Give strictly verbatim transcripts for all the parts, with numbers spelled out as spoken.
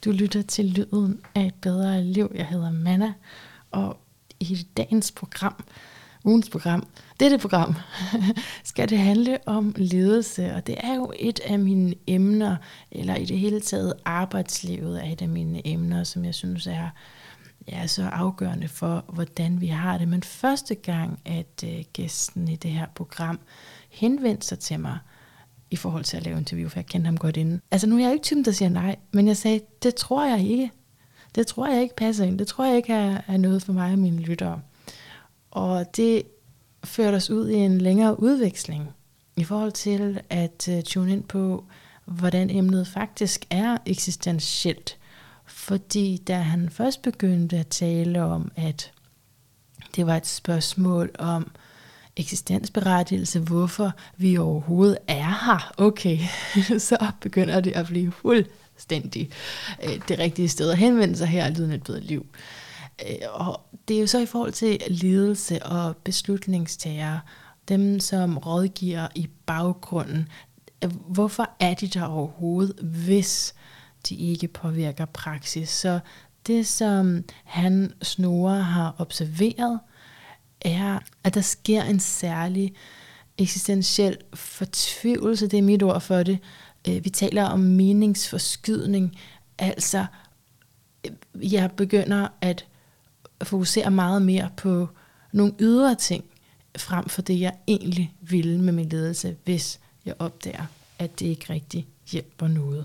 Du lytter til Lyden af et bedre liv. Jeg hedder Manna, og i dagens program, ugens program, dette program, skal det handle om ledelse, og det er jo et af mine emner, eller i det hele taget arbejdslivet er et af mine emner, som jeg synes er, er så afgørende for, hvordan vi har det. Men første gang, at øh, gæsten i det her program henvendte sig til mig, i forhold til at lave interview, for jeg kendte ham godt inden. Altså nu er jeg ikke typen, der siger nej, men jeg sagde, det tror jeg ikke. Det tror jeg ikke passer ind. Det tror jeg ikke er, er noget for mig og mine lyttere. Og det førte os ud i en længere udveksling i forhold til at uh, tune ind på, hvordan emnet faktisk er eksistentielt. Fordi da han først begyndte at tale om, at det var et spørgsmål om eksistensberettigelse, hvorfor vi overhovedet er her, okay, så begynder det at blive fuldstændig øh, det rigtige sted at henvende sig her, lyden af et bedre liv. Øh, og det er jo så i forhold til ledelse og beslutningstagere, dem som rådgiver i baggrunden. Hvorfor er de der overhovedet, hvis de ikke påvirker praksis? Så det, som han Snorre har observeret, er, at der sker en særlig eksistentiel fortvivlelse, det er mit ord for det. Vi taler om meningsforskydning, altså jeg begynder at fokusere meget mere på nogle ydre ting, frem for det, jeg egentlig ville med min ledelse, hvis jeg opdager, at det ikke rigtig hjælper noget.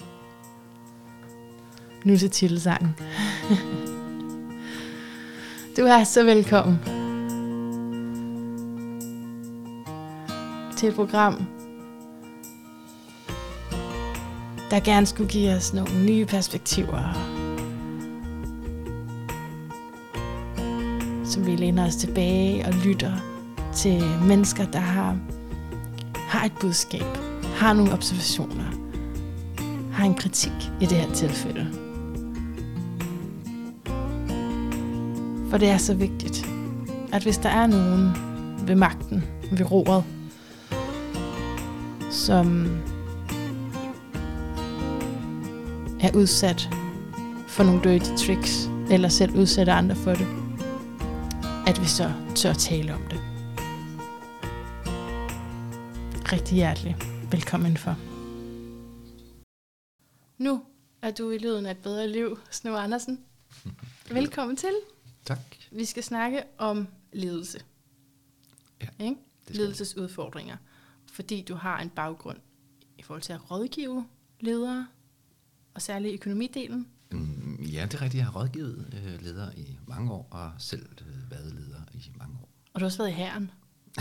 Nu til titelsangen. Du er så velkommen til et program, der gerne skulle give os nogle nye perspektiver, som vi læner os tilbage og lytter til mennesker, der har, har et budskab, har nogle observationer, har en kritik i det her tilfælde. For det er så vigtigt, at hvis der er nogen ved magten, ved roret, som er udsat for nogle dirty tricks, eller selv udsætter andre for det, at vi så tør tale om det. Rigtig hjertelig velkommen for. Nu er du i lyden af et bedre liv, Snorre Andersen. Velkommen til. Tak. Vi skal snakke om ledelse. Ja, ikke? Ledelsesudfordringer. Fordi du har en baggrund i forhold til at rådgive ledere, og særligt økonomidelen. Mm, ja, det er rigtigt. Jeg har rådgivet øh, ledere i mange år, og selv øh, været leder i mange år. Og du har også været i hæren.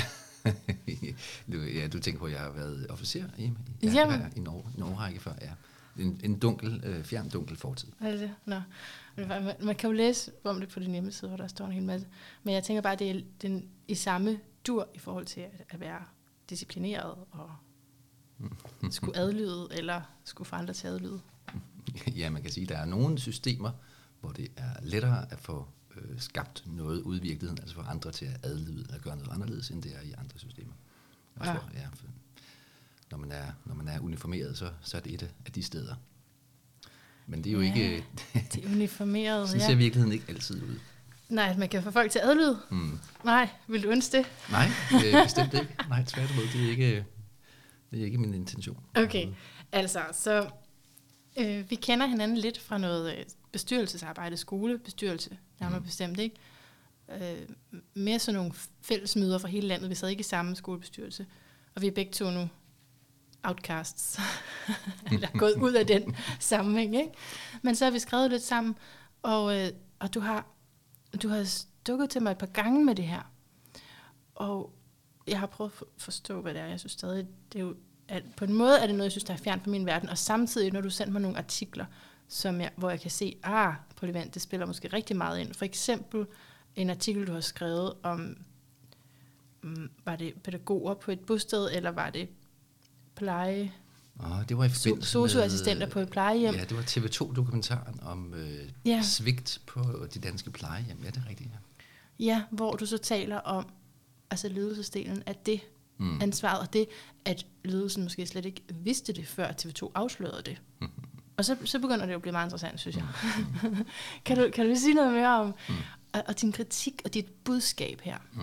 du, ja, du tænker på, at jeg har været officer i, i, Jamen. ja, i Norge, Norge række før, ja. En, en dunkel, øh, fjern dunkel fortid. Er det det? Nå. Man, man kan jo læse om det på din hjemmeside, hvor der står en hel masse. Men jeg tænker bare, at det er den, i samme dur i forhold til at, at være disciplineret og skulle adlyde, eller skulle få andre til at adlyde. Ja, man kan sige, at der er nogle systemer, hvor det er lettere at få øh, skabt noget ud i virkeligheden, altså få andre til at adlyde eller gøre noget anderledes, end det er i andre systemer. Jeg ja. tror, ja, for, når, man er, når man er uniformeret, så, så er det et af de steder. Men det er jo ja, ikke... det er uniformeret, sådan ja. ser virkeligheden ikke altid ud. Nej, at man kan få folk til at adlyde. Mm. Nej, vil du ønske det? Nej, øh, bestemt ikke. Nej, tværtimod, det er ikke, det er ikke min intention. Okay, altså, så øh, vi kender hinanden lidt fra noget øh, bestyrelsesarbejde, skolebestyrelse, nærmere mm. bestemt, ikke? Øh, med sådan nogle fællesmøder fra hele landet. Vi sad ikke i samme skolebestyrelse, og vi er begge to nu outcasts, eller gået ud af den sammenhæng, ikke? Men så har vi skrevet lidt sammen, og, øh, og du har du har stukket til mig et par gange med det her, og jeg har prøvet at forstå, hvad det er. Jeg synes stadig, det er jo, at på en måde er det noget, jeg synes, der er fjernt fra min verden, og samtidig, når du sender mig nogle artikler, som jeg, hvor jeg kan se, ah, Polivant, det spiller måske rigtig meget ind. For eksempel en artikel, du har skrevet om, um, var det pædagoger på et bosted, eller var det pleje? Oh, det var i forbindelse sosu-assistenter på et plejehjem. Ja, det var T V to-dokumentaren om øh, ja. svigt på de danske plejehjem. Ja, det er rigtigt, ja. Ja, hvor du så taler om, altså ledelsesdelen, at det mm. ansvaret, og det, at ledelsen måske slet ikke vidste det, før T V to afslørede det. Og så, så begynder det jo at blive meget interessant, synes jeg. Mm. kan, du, kan du sige noget mere om mm. og, og din kritik og dit budskab her? Mm.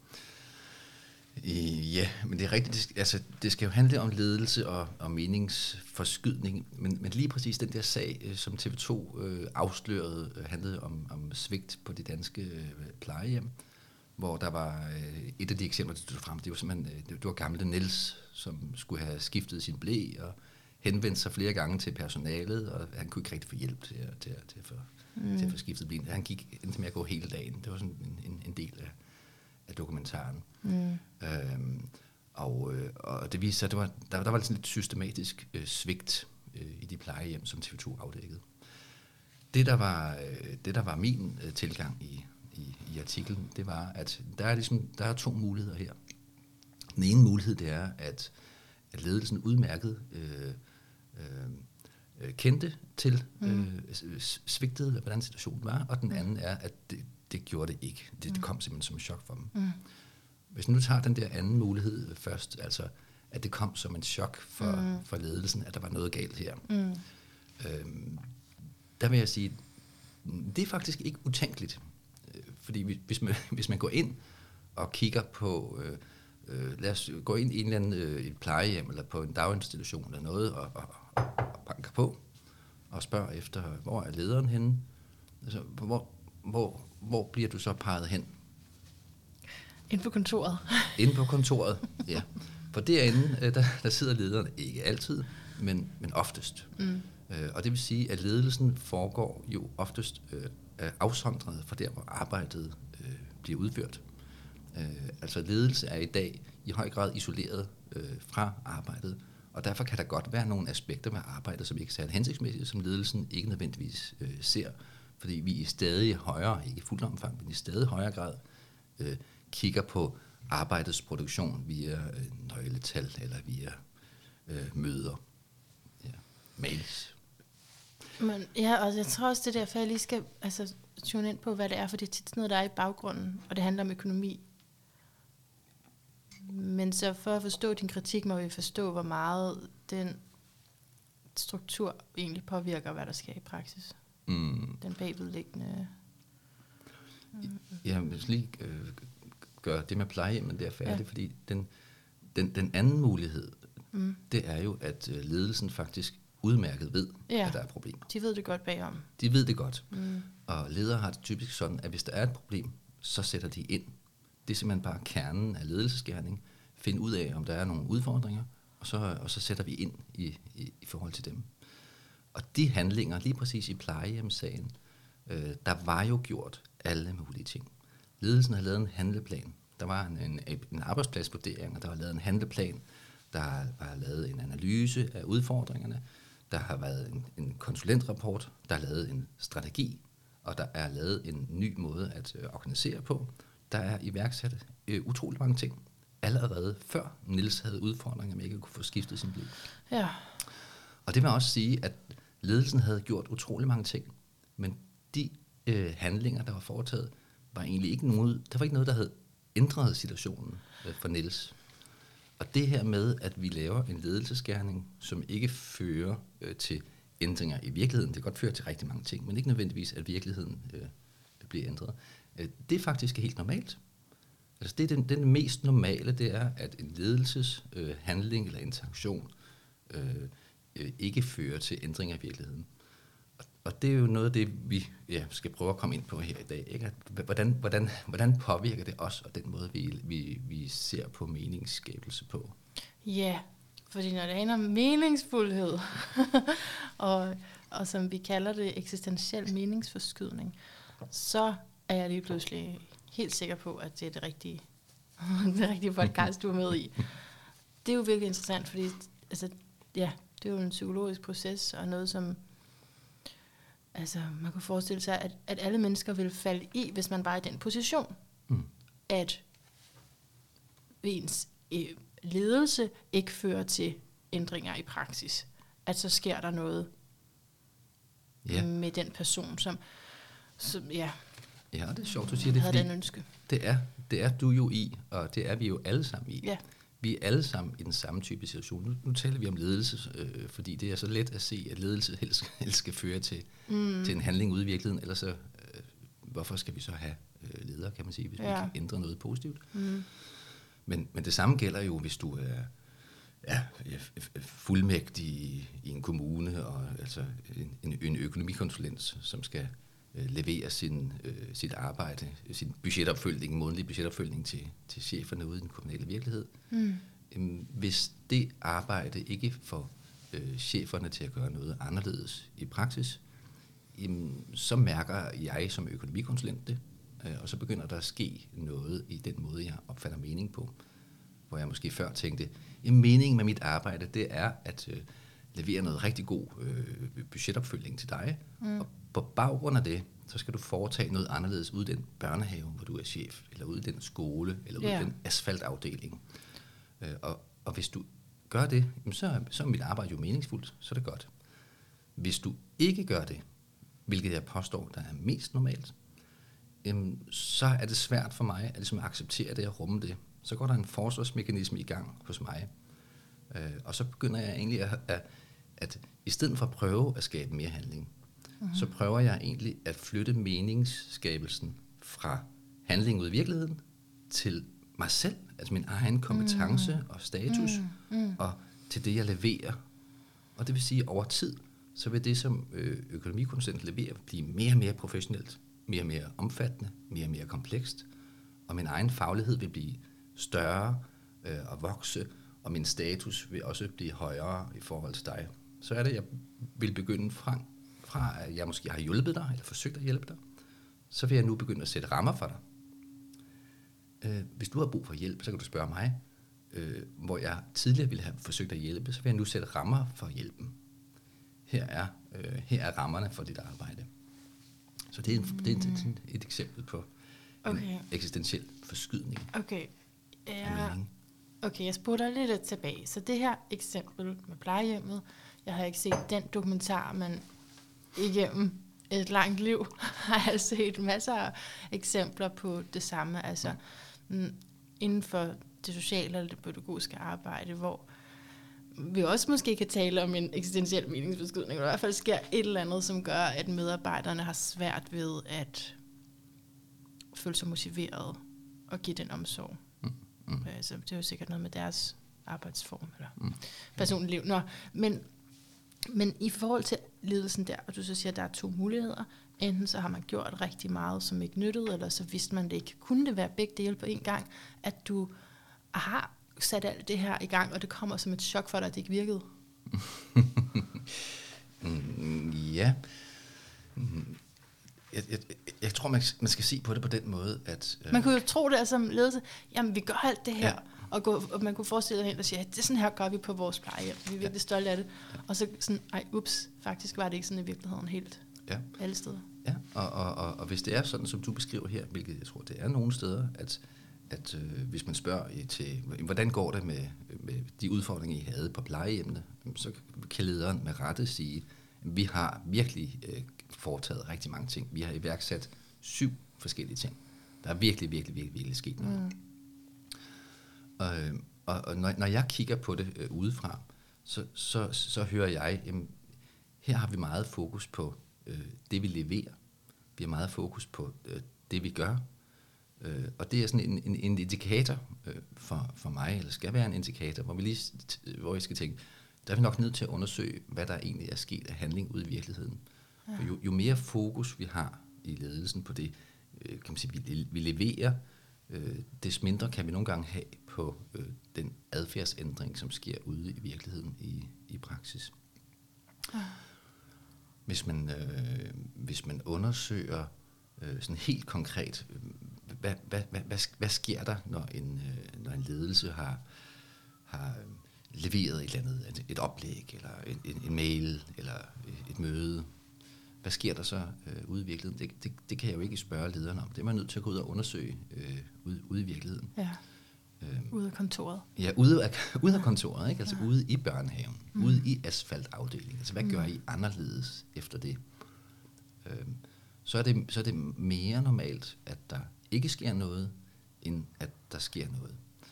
Ja, men det er rigtigt. Det skal, altså, det skal jo handle om ledelse og, og meningsforskydning, men, men lige præcis den der sag, som T V to øh, afslørede, handlede om, om svigt på de danske øh, plejehjem, hvor der var øh, et af de eksempler, der stod frem, det var simpelthen, øh, det var gamle Niels, som skulle have skiftet sin ble og henvendt sig flere gange til personalet, og han kunne ikke rigtig få hjælp til, til, til, til, at, få, mm. til at få skiftet blen. Han gik endte med at gå hele dagen. Det var sådan en, en, en del af, af dokumentaren. Mm. Øhm, og, øh, og det viste sig, at der var, der, der var sådan lidt systematisk øh, svigt øh, i de plejehjem, som T V to afdækkede. Det, der var, øh, det, der var min øh, tilgang i, i, i artiklen, det var, at der er, ligesom, der er to muligheder her. Den ene mulighed, det er, at, at ledelsen udmærket øh, øh, kendte til øh, svigtet, hvordan situationen var, og den anden er, at det, det gjorde det ikke. Det, det kom simpelthen som en chok for dem. Mm. Hvis nu tager den der anden mulighed først, altså at det kom som en chok for, mm. for ledelsen, at der var noget galt her, mm. øhm, der vil jeg sige, det er faktisk ikke utænkeligt. Fordi hvis man, hvis man går ind og kigger på, øh, øh, lad os gå ind i en eller anden øh, et plejehjem, eller på en daginstitution eller noget, og, og, og banker på, og spørger efter, hvor er lederen henne? Altså, hvor, hvor, hvor bliver du så peget hen? Inde på kontoret. Inde på kontoret, ja. For derinde, øh, der, der sidder lederen ikke altid, men, men oftest. Mm. Øh, og det vil sige, at ledelsen foregår jo oftest øh, afsondret fra der, hvor arbejdet øh, bliver udført. Øh, altså ledelse er i dag i høj grad isoleret øh, fra arbejdet, og derfor kan der godt være nogle aspekter med arbejdet, som ikke er særlig hensigtsmæssige, som ledelsen ikke nødvendigvis øh, ser, fordi vi i stadig højere, ikke i fuld omfang, men i stadig højere grad øh, kigger på arbejdets produktion via øh, nøgletal eller via øh, møder, ja, mails. Men, ja, og jeg tror også, det er derfor, jeg lige skal altså, tune ind på, hvad det er, for det er tit noget, der er i baggrunden, og det handler om økonomi. Men så for at forstå din kritik, må vi forstå, hvor meget den struktur egentlig påvirker, hvad der sker i praksis. Mm. Den bagvedliggende... Mm. Ja, hvis lige øh, gør det med plejehjemmen der færdigt, ja. Fordi den, den, den anden mulighed, mm. det er jo, at øh, ledelsen faktisk udmærket ved, ja. At der er problemer. De ved det godt bagom. De ved det godt. Mm. Og ledere har det typisk sådan, at hvis der er et problem, så sætter de ind. Det er simpelthen bare kernen af ledelsesgerning. Finde ud af, om der er nogle udfordringer, og så, og så sætter vi ind i, i, i forhold til dem. Og de handlinger, lige præcis i plejehjemssagen, øh, der var jo gjort alle mulige ting. Ledelsen har lavet en handleplan. Der var en, en, en arbejdspladsvurdering, og der var lavet en handleplan. Der var lavet en analyse af udfordringerne. Der har været en, en konsulentrapport. Der er lavet en strategi, og der er lavet en ny måde at øh, organisere på. Der er iværksat øh, utrolig mange ting. Allerede før Niels havde udfordringer med ikke at kunne få skiftet sin bil. Ja. Og det vil også sige, at ledelsen havde gjort utrolig mange ting, men de øh, handlinger, der var foretaget, var egentlig ikke noget, der var ikke noget, der havde ændret situationen øh, for Niels. Og det her med, at vi laver en ledelsesgerning, som ikke fører øh, til ændringer i virkeligheden, det kan godt føre til rigtig mange ting, men ikke nødvendigvis, at virkeligheden øh, bliver ændret. Øh, det er faktisk helt normalt. Altså det er den, den mest normale, det er, at en ledelseshandling øh, eller interaktion øh, øh, ikke fører til ændringer i virkeligheden. Og, og det er jo noget af det, vi ja, skal prøve at komme ind på her i dag. Ikke? At, hvordan, hvordan, hvordan påvirker det os, og den måde, vi, vi, vi ser på meningsskabelse på? Ja, fordi når det handler om meningsfuldhed, og, og som vi kalder det eksistentiel meningsforskydning, så er jeg lige pludselig helt sikker på, at det er det rigtige, det rigtige podcast, du er med i. Det er jo virkelig interessant, fordi altså, ja, det er jo en psykologisk proces, og noget, som altså, man kunne forestille sig, at, at alle mennesker vil falde i, hvis man var i den position, mm. at ens øh, ledelse ikke fører til ændringer i praksis. At så sker der noget yeah. med den person, som, som ja, ja, det er sjovt, du siger det, havde fordi den ønske. Det er, det er du jo i, og det er vi jo alle sammen i. Ja. vi er alle sammen i den samme type situation. Nu, nu taler vi om ledelse, øh, fordi det er så let at se, at ledelse helst, helst skal føre til, mm. til en handling ude i virkeligheden, ellers så, øh, hvorfor skal vi så have øh, ledere, kan man sige, hvis ja. vi kan ændre noget positivt. Mm. Men, men det samme gælder jo, hvis du er ja, fuldmægtig i, i en kommune, og altså en, en økonomikonsulent, som skal øh, levere sin, øh, sit arbejde, sin budgetopfølgning, månedlig budgetopfølgning til, til cheferne ude i den kommunale virkelighed. Mm. Øhm, hvis det arbejde ikke får øh, cheferne til at gøre noget anderledes i praksis, øhm, så mærker jeg som økonomikonsulent det, øh, og så begynder der at ske noget i den måde, jeg opfatter mening på. Hvor jeg måske før tænkte, at meningen med mit arbejde, det er at øh, levere noget rigtig god øh, budgetopfølgning til dig. Mm. Og på baggrund af det, så skal du foretage noget anderledes ude i den børnehave, hvor du er chef, eller ude i den skole, eller ude yeah. i den asfaltafdeling. Øh, og, og hvis du gør det, så, så er mit arbejde jo meningsfuldt, så er det godt. Hvis du ikke gør det, hvilket jeg påstår, der er mest normalt, øh, så er det svært for mig at, ligesom at acceptere det og rumme det. Så går der en forsvarsmekanisme i gang hos mig. Øh, og så begynder jeg egentlig at, at, at i stedet for at prøve at skabe mere handling, mm-hmm. så prøver jeg egentlig at flytte meningsskabelsen fra handling ud i virkeligheden til mig selv, altså min egen kompetence mm. og status, mm. Mm. og til det, jeg leverer. Og det vil sige, at over tid, så vil det, som økonomikonsulent leverer, blive mere og mere professionelt, mere og mere omfattende, mere og mere komplekst, og min egen faglighed vil blive større øh, og vokse, og min status vil også blive højere i forhold til dig. Så er det, jeg vil begynde fra, fra at jeg måske har hjulpet dig, eller forsøgt at hjælpe dig, så vil jeg nu begynde at sætte rammer for dig. Øh, hvis du har brug for hjælp, så kan du spørge mig, øh, hvor jeg tidligere ville have forsøgt at hjælpe, så vil jeg nu sætte rammer for hjælpen. Her er, øh, her er rammerne for dit arbejde. Så det er, en, det er et, et eksempel på okay. en eksistentiel forskydning. Okay. Ja. Okay, jeg spurgte dig lidt tilbage. Så det her eksempel med plejehjemmet, jeg har ikke set den dokumentar, men igennem et langt liv har jeg set masser af eksempler på det samme. Altså mm, inden for det sociale eller det pædagogiske arbejde, hvor vi også måske kan tale om en eksistentiel meningsforskydning, eller i hvert fald sker et eller andet, som gør, at medarbejderne har svært ved at føle sig motiveret og give den omsorg. Mm. Mm. Så det er jo sikkert noget med deres arbejdsform eller mm. personligt liv. Nå, men, men i forhold til ledelsen der, og du så siger, at der er to muligheder. Enten så har man gjort rigtig meget, som ikke nyttede, eller så vidste man det ikke. Kunne det være begge dele på en gang, at du har sat alt det her i gang, og det kommer som et chok for dig, at det ikke virkede? mm, ja. Mm. Jeg, jeg, jeg tror, man, man skal se på det på den måde, at... Øh man kunne jo tro det som ledelse, jamen vi gør alt det her, ja. og, gå, og man kunne forestille sig hen og sige, at det er sådan her gør vi på vores plejehjem, vi er virkelig ja. stolte af det. Og så sådan, ej, ups, faktisk var det ikke sådan i virkeligheden helt ja. alle steder. Ja, og, og, og, og hvis det er sådan, som du beskriver her, hvilket jeg tror, det er nogle steder, at, at øh, hvis man spørger til, hvordan går det med, med de udfordringer, I havde på plejehjemmene, så kan lederen med rette sige, at vi har virkelig... Øh, foretaget rigtig mange ting. Vi har iværksat syv forskellige ting. Der er virkelig, virkelig, virkelig, virkelig sket noget. Mm. Og, og, og når, når jeg kigger på det øh, udefra, så, så, så hører jeg, jamen, her har vi meget fokus på øh, det, vi leverer. Vi har meget fokus på øh, det, vi gør. Øh, og det er sådan en, en, en indikator øh, for, for mig, eller skal være en indikator, hvor, vi lige, hvor jeg skal tænke, der er vi nok nødt til at undersøge, hvad der egentlig er sket af handling ude i virkeligheden. Ja. Jo, jo mere fokus vi har i ledelsen på det, øh, kan man sige, vi, vi leverer, øh, des mindre kan vi nogle gange have på øh, den adfærdsændring, som sker ude i virkeligheden i, i praksis. Ja. Hvis man, øh, hvis man undersøger øh, sådan helt konkret, øh, hvad, hvad, hvad, hvad, hvad sker der, når en, øh, når en ledelse har, har leveret et eller andet, et, et oplæg, eller en, en, en mail, eller et møde. Hvad sker der så øh, ude i virkeligheden? Det, det, det kan jeg jo ikke spørge lederne om. Det er man nødt til at gå ud og undersøge øh, ude, ude i virkeligheden. Ja, øhm, ude af kontoret. Ja, ude af, ude af kontoret, ikke? Altså ja. ude i børnehaven, mm. ude i asfaltafdelingen. Altså hvad mm. gør I anderledes efter det? Øhm, så, er det så er det mere normalt, at der ikke sker noget, end at der sker noget.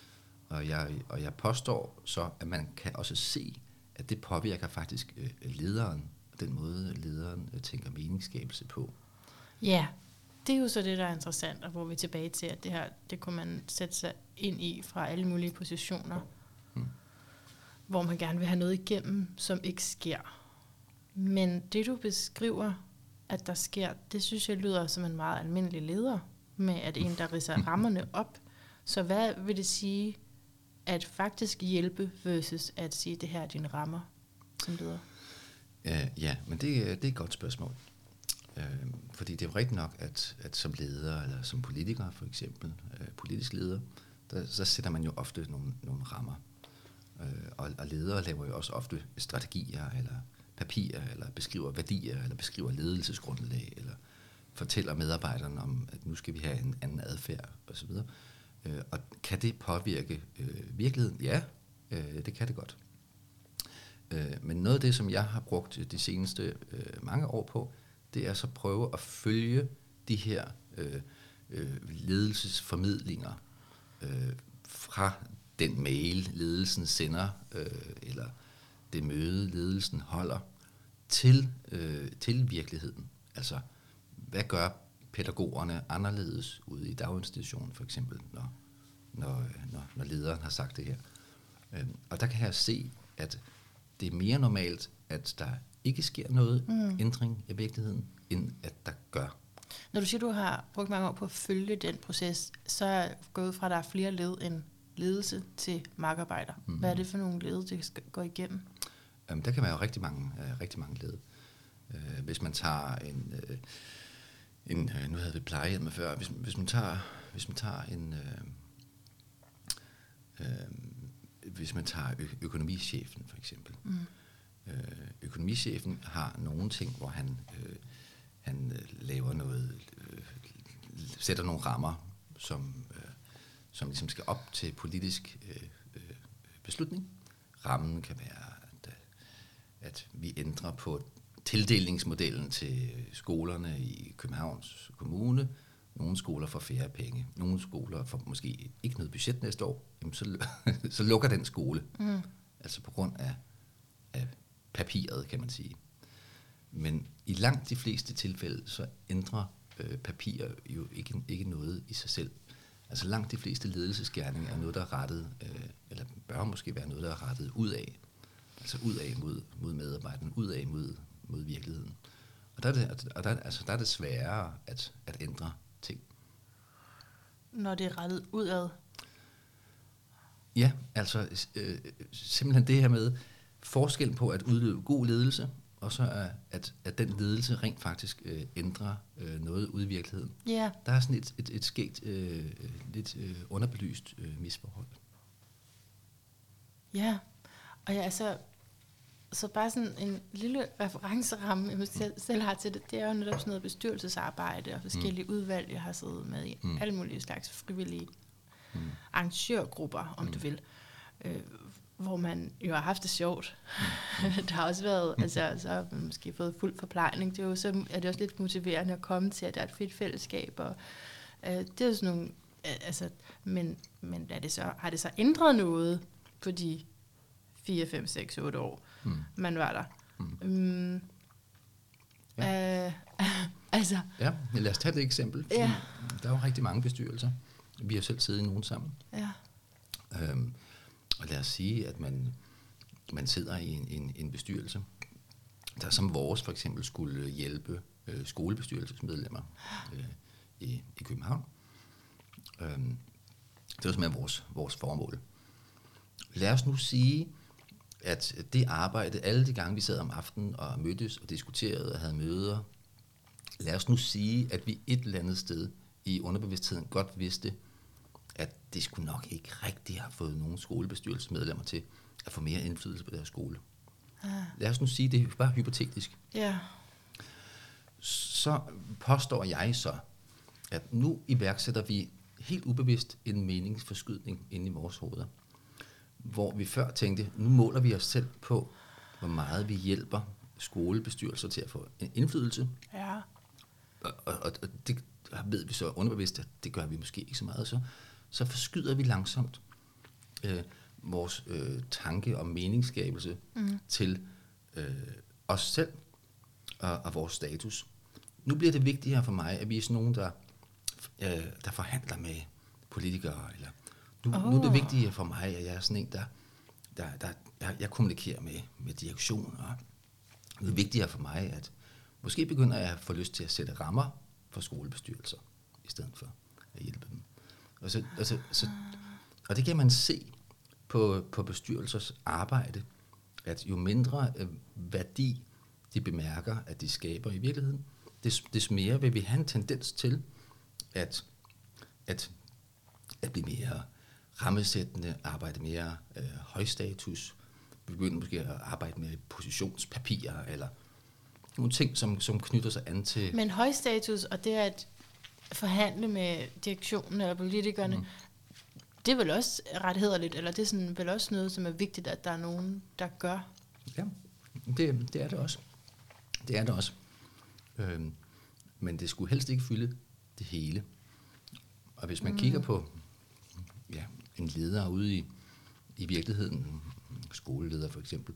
og, jeg, og jeg påstår så, at man kan også se, at det påvirker faktisk øh, lederen, den måde lederen øh, tænker meningsskabelse på. Ja, det er jo så det, der er interessant, og hvor vi er tilbage til, at det her, det kunne man sætte sig ind i fra alle mulige positioner, hmm. hvor man gerne vil have noget igennem, som ikke sker. Men det, du beskriver, at der sker, det synes jeg lyder som en meget almindelig leder, med at en, der ridser rammerne op. Så hvad vil det sige, at faktisk hjælpe versus at sige, det her er dine rammer som leder? Ja, ja, men det, det er et godt spørgsmål. Øh, fordi det er jo rigtigt nok, at, at som leder, eller som politiker for eksempel, øh, politisk leder, der, så sætter man jo ofte nogle, nogle rammer. Øh, og, og ledere laver jo også ofte strategier, eller papirer, eller beskriver værdier, eller beskriver ledelsesgrundlag, eller fortæller medarbejderne om, at nu skal vi have en anden adfærd, osv. Øh, og kan det påvirke øh, virkeligheden? Ja, øh, det kan det godt. Øh, men noget af det, som jeg har brugt de seneste øh, mange år på, det er så at prøve at følge de her øh, øh, ledelsesformidlinger øh, fra den mail, ledelsen sender, øh, eller det møde, ledelsen holder, til, øh, til virkeligheden. Altså, hvad gør pædagogerne anderledes ude i daginstitutionen, for eksempel, når, når, når, når lederen har sagt det her. Øh, og der kan jeg se, at det er mere normalt, at der ikke sker noget mm. ændring i virkeligheden, end at der gør. Når du siger, du har brugt mange år på at følge den proces, så er jeg gået ud fra, at der er flere led end ledelse til markarbejder. Mm. Hvad er det for nogle led, det skal gå igennem? Um, der kan være jo rigtig mange, uh, rigtig mange led. Uh, hvis man tager en, uh, en uh, nu havde vi plejehjemmet før, hvis, hvis man tager, hvis man tager en, uh, uh, hvis man tager ø- økonomichefen for eksempel. Mm. Uh, økonomichefen har nogle ting, hvor han, uh, han uh, laver noget, uh, sætter nogle rammer, som, uh, som ligesom skal op til politisk uh, uh, beslutning. Rammen kan være, at, at vi ændrer på tildelingsmodellen til skolerne i Københavns Kommune. Nogle skoler får færre penge. Nogle skoler får måske ikke noget budget næste år. Jamen, så, så lukker den skole. Mm. Altså på grund af, af papiret, kan man sige. Men i langt de fleste tilfælde, så ændrer øh, papirer jo ikke, ikke noget i sig selv. Altså langt de fleste ledelsesgerninger er noget, der er rettet, øh, eller bør måske være noget, der er rettet ud af. Altså ud af mod, mod medarbejderne, ud af mod, mod virkeligheden. Og der er det, og der, altså, der er det sværere at, at ændre ting. Når det er rettet udad? Ja, altså øh, simpelthen det her med forskellen på at udøve god ledelse, og så er, at, at den ledelse rent faktisk øh, ændrer øh, noget ude i virkeligheden. Yeah. Der er sådan et, et, et skægt, øh, lidt øh, underbelyst øh, misforhold. Ja, og ja, altså, så bare sådan en lille referenceramme, jeg selv, selv har til det, det er jo netop sådan noget bestyrelsesarbejde og forskellige mm. udvalg, jeg har siddet med i, mm. alle mulige slags frivillige mm. arrangørgrupper, om mm. du vil, øh, hvor man jo har haft det sjovt. Mm. Der har også været, altså, så har man måske fået fuld forplejning, det er jo så er det også lidt motiverende at komme til, at der er et fedt fællesskab, og øh, det er jo sådan nogle, øh, altså, men, men er det så, har det så ændret noget på de fire, fem, seks, otte år, mm. man var der? Mm. Um, ja. Øh, altså. Ja, men lad os tage det eksempel. Ja. Der er jo rigtig mange bestyrelser. Vi har selv siddet i nogen sammen. Ja. Øhm, og lad os sige, at man, man sidder i en, en, en bestyrelse, der som vores for eksempel skulle hjælpe øh, skolebestyrelsesmedlemmer øh, i, i København. Øhm, det var simpelthen vores, vores formål. Lad os nu sige, at det arbejde, alle de gange vi sad om aftenen og mødtes og diskuterede og havde møder, lad os nu sige, at vi et eller andet sted i underbevidstheden godt vidste, at det skulle nok ikke rigtig have fået nogen skolebestyrelsesmedlemmer til at få mere indflydelse på deres skole. Ah. Lad os nu sige, det er bare hypotetisk. Yeah. Så påstår jeg så, at nu iværksætter vi helt ubevidst en meningsforskydning inde i vores hoveder, hvor vi før tænkte, nu måler vi os selv på, hvor meget vi hjælper skolebestyrelser til at få indflydelse. Ja. Og, og, og det ved vi så underbevidst, at det gør vi måske ikke så meget. Så, så forskyder vi langsomt øh, vores øh, tanke om meningsskabelse mm. til øh, os selv og, og vores status. Nu bliver det vigtigere for mig, at vi er sådan nogen, der, øh, der forhandler med politikere. Eller nu, oh. nu er det vigtigere for mig, at jeg er sådan en, der, der, der jeg, jeg kommunikerer med, med direktion. Og det er vigtigere for mig, at måske begynder jeg at få lyst til at sætte rammer for skolebestyrelser, i stedet for at hjælpe dem. Og, så, og, så, så, og det kan man se på, på bestyrelsers arbejde, at jo mindre øh, værdi de bemærker, at de skaber i virkeligheden, des, des mere vil vi have en tendens til at, at, at blive mere rammesættende, arbejde mere øh, højstatus, begynde måske at arbejde med positionspapirer, eller nogle ting, som, som knytter sig an til... Men højstatus, og det at forhandle med direktionen eller politikerne, mm. det er vel også ret hæderligt, eller det er sådan, vel også noget, som er vigtigt, at der er nogen, der gør? Ja, det, det er det også. Det er det også. Øhm, men det skulle helst ikke fylde det hele. Og hvis man mm. kigger på ja, en leder ude i, i virkeligheden, skoleleder for eksempel,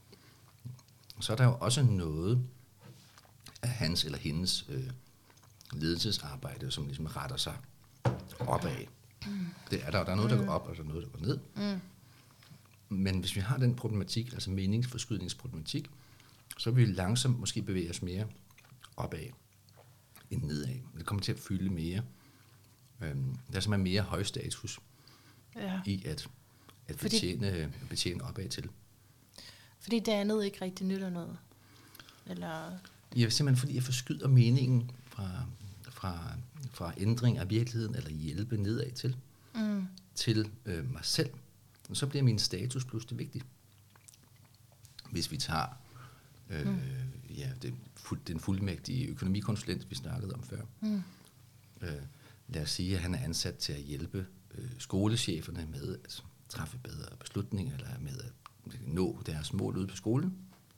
så er der jo også noget af hans eller hendes øh, ledelsesarbejde, som ligesom retter sig opad. Mm. Det er der, der er noget, der går op, og der er noget, der går ned. Mm. Men hvis vi har den problematik, altså meningsforskydningsproblematik, så vil vi langsomt måske bevæge os mere opad end nedad. Det kommer til at fylde mere. Øhm, der er simpelthen mere højstatus ja. i at, at betjene, betjene opad til. Fordi det andet ikke rigtig nytter noget? Eller? Ja, simpelthen fordi jeg forskyder meningen fra, fra, fra ændring af virkeligheden, eller hjælpe nedad til, mm. til øh, mig selv. Og så bliver min status pludselig vigtig. Hvis vi tager øh, mm. ja, den, den fuldmægtige økonomikonsulent, vi snakkede om før. Mm. Øh, lad os sige, at han er ansat til at hjælpe øh, skolecheferne med at træffe bedre beslutninger, eller med at nå deres mål ude på skolen.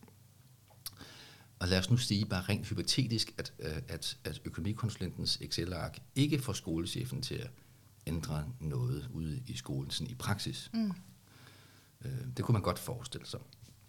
Og lad os nu sige, bare rent hypotetisk, at, at, at økonomikonsulentens Excel-ark ikke får skolechefen til at ændre noget ude i skolen sådan i praksis. Mm. Øh, det kunne man godt forestille sig.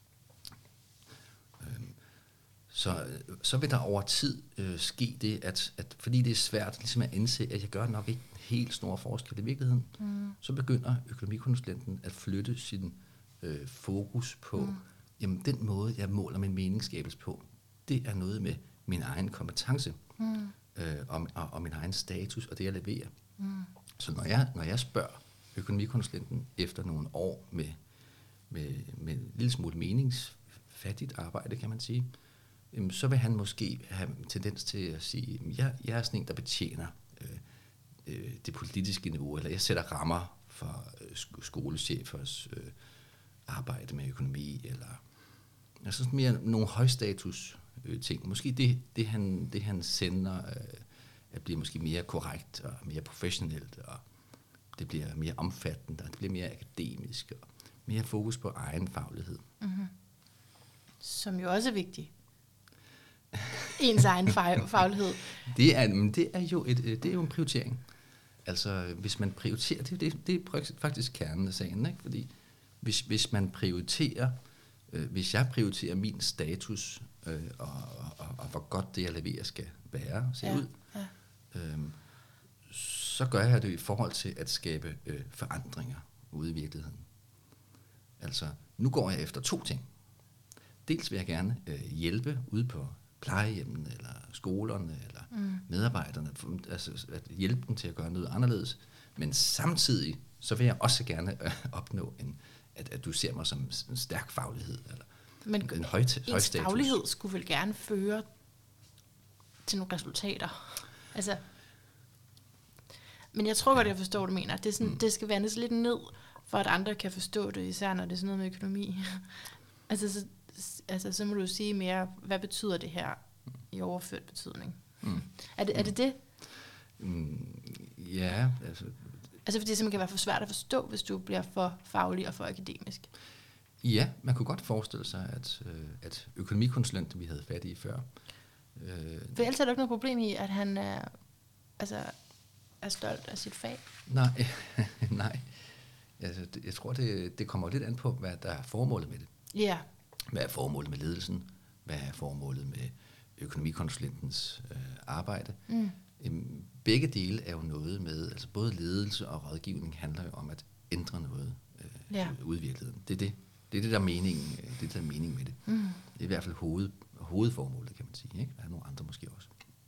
Øh, så, så vil der over tid øh, ske det, at, at fordi det er svært ligesom at indse, at jeg gør nok ikke helt store forskel i virkeligheden, mm. så begynder økonomikonsulenten at flytte sin øh, fokus på, mm. jamen den måde, jeg måler min meningsskabelse på, det er noget med min egen kompetence, mm. øh, og, og, og min egen status, og det jeg leverer. Mm. Så når jeg, når jeg spørger økonomikonsulenten efter nogle år med, med, med en lille smule meningsfattigt arbejde, kan man sige, jamen, så vil han måske have en tendens til at sige, jamen, jeg, jeg er sådan en, der betjener øh, øh, det politiske niveau, eller jeg sætter rammer for øh, skolechefers øh, arbejde med økonomi, eller altså mere nogle højstatus øh, ting. Måske det, det, han, det han sender, øh, at bliver måske mere korrekt og mere professionelt, og det bliver mere omfattende, og det bliver mere akademisk, og mere fokus på egen faglighed. Mm-hmm. Som jo også er vigtigt. Ens egen faglighed. Det er, men det er jo et, det er jo en prioritering. Altså, hvis man prioriterer, det, det, det er faktisk kernen af sagen, ikke? Fordi hvis, hvis man prioriterer, øh, hvis jeg prioriterer min status, øh, og, og, og hvor godt det, jeg leverer, skal være, se ja, ud, ja. øh, så gør jeg det i forhold til at skabe øh, forandringer ude i virkeligheden. Altså, nu går jeg efter to ting. Dels vil jeg gerne øh, hjælpe ude på plejehjemmene, eller skolerne, eller mm. medarbejderne, altså at hjælpe dem til at gøre noget anderledes. Men samtidig, så vil jeg også gerne øh, opnå, en, at, at du ser mig som en stærk faglighed, eller men en høj, høj status. Men faglighed skulle vel gerne føre til nogle resultater. Altså, men jeg tror godt, jeg forstår, hvad du mener. Det, er sådan, mm. det skal vandes lidt ned, for at andre kan forstå det, især når det er sådan noget med økonomi. altså, så, altså, så må du sige mere, hvad betyder det her i overført betydning? Mm. Er, det, er det det? Mm, ja. Altså, altså fordi det simpelthen kan være for svært at forstå, hvis du bliver for faglig og for akademisk. Ja, man kunne godt forestille sig, at, øh, at økonomikonsulenten, vi havde fat i før. Øh, for ellers er der ikke noget problem i, at han er, altså, er stolt af sit fag? Nej, nej. Altså, det, jeg tror, det, det kommer lidt an på, hvad der er formålet med det. Ja. Hvad er formålet med ledelsen? Hvad er formålet med økonomikonsulentens øh, arbejde? Mm. Øhm, begge dele er jo noget med, altså både ledelse og rådgivning handler jo om at ændre noget øh, ja. ud i virkeligheden. Det er det. Det er det, der er meningen, det er, der er meningen med det. Mm. Det er i hvert fald hoved, hovedformålet, kan man sige. Ikke? Der er nogle andre måske også.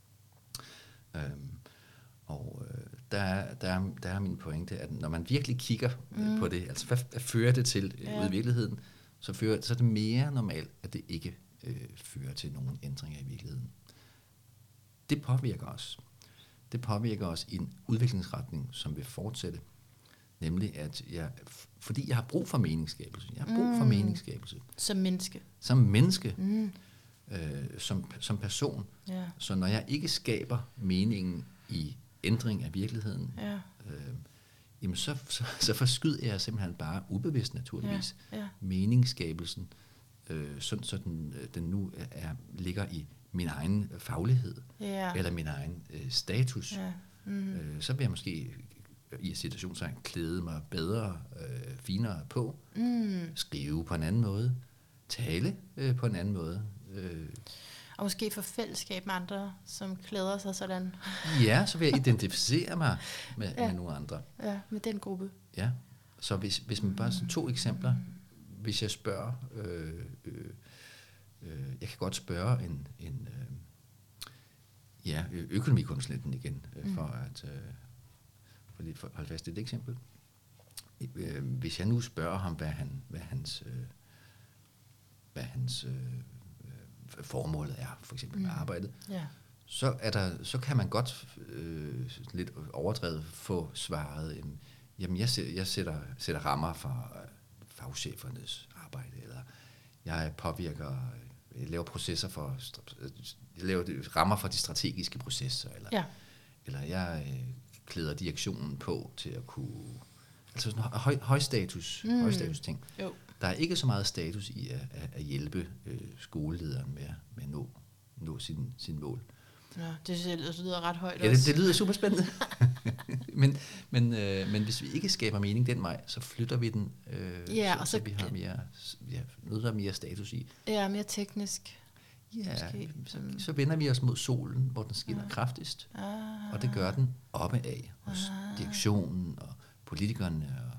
Øhm, og øh, der, er, der, er, der er min pointe, at når man virkelig kigger mm. på det, altså hvad, hvad fører det til ja. ude i virkeligheden, så, fører, så er det mere normalt, at det ikke øh, fører til nogen ændringer i virkeligheden. Det påvirker os. Det påvirker os i en udviklingsretning, som vil fortsætte. Nemlig, at jeg, fordi jeg har brug for meningsskabelse. Jeg har brug mm. for meningsskabelse. Som menneske. Som menneske. Mm. Øh, som, som person. Ja. Så når jeg ikke skaber meningen i ændring af virkeligheden, ja. øh, jamen så, så, så forskyder jeg simpelthen bare ubevidst naturligvis ja. Ja. meningsskabelsen, øh, sådan så den, den nu er, ligger i min egen faglighed, ja. eller min egen øh, status. Ja. Mm. Øh, så vil jeg måske i situationstegn klæde mig bedre, øh, finere på, mm. skrive på en anden måde, tale øh, på en anden måde. Øh. Og måske få fællesskab med andre, som klæder sig sådan. Ja, så vil jeg identificere mig med, ja. med nogle andre. Ja, med den gruppe. Ja, så hvis, hvis man bare sådan to eksempler, hvis jeg spørger, øh, øh, øh, jeg kan godt spørge en, en øh, ja, økonomikonsulenten igen, øh, for at øh, for lige for at holde fast i et eksempel. Øh, hvis jeg nu spørger ham, hvad, han, hvad hans, øh, hvad hans øh, formålet er, for eksempel med arbejdet, ja. så, er der, så kan man godt øh, lidt overdrevet få svaret, øh, jamen jeg, jeg sætter, sætter rammer for øh, fagchefernes arbejde, eller jeg påvirker, jeg laver processer for, jeg laver rammer for de strategiske processer, eller, ja. eller jeg øh, klæder direktionen på til at kunne, altså sådan høj, højstatus, mm. højstatus ting. Jo. Der er ikke så meget status i at, at hjælpe øh, skolelederen med, med at nå, nå sin, sin mål. Ja, det lyder ret højt ja, også. Det, det lyder super spændende. men, men, øh, men hvis vi ikke skaber mening den vej, så flytter vi den, øh, ja, så, og så, så vi har mere, ja, noget, der er mere status i. Ja, mere teknisk. Ja, så, så vender vi os mod solen, hvor den skinner ja. kraftigst. Ah. Og det gør den oppe af hos ah. direktionen og politikerne og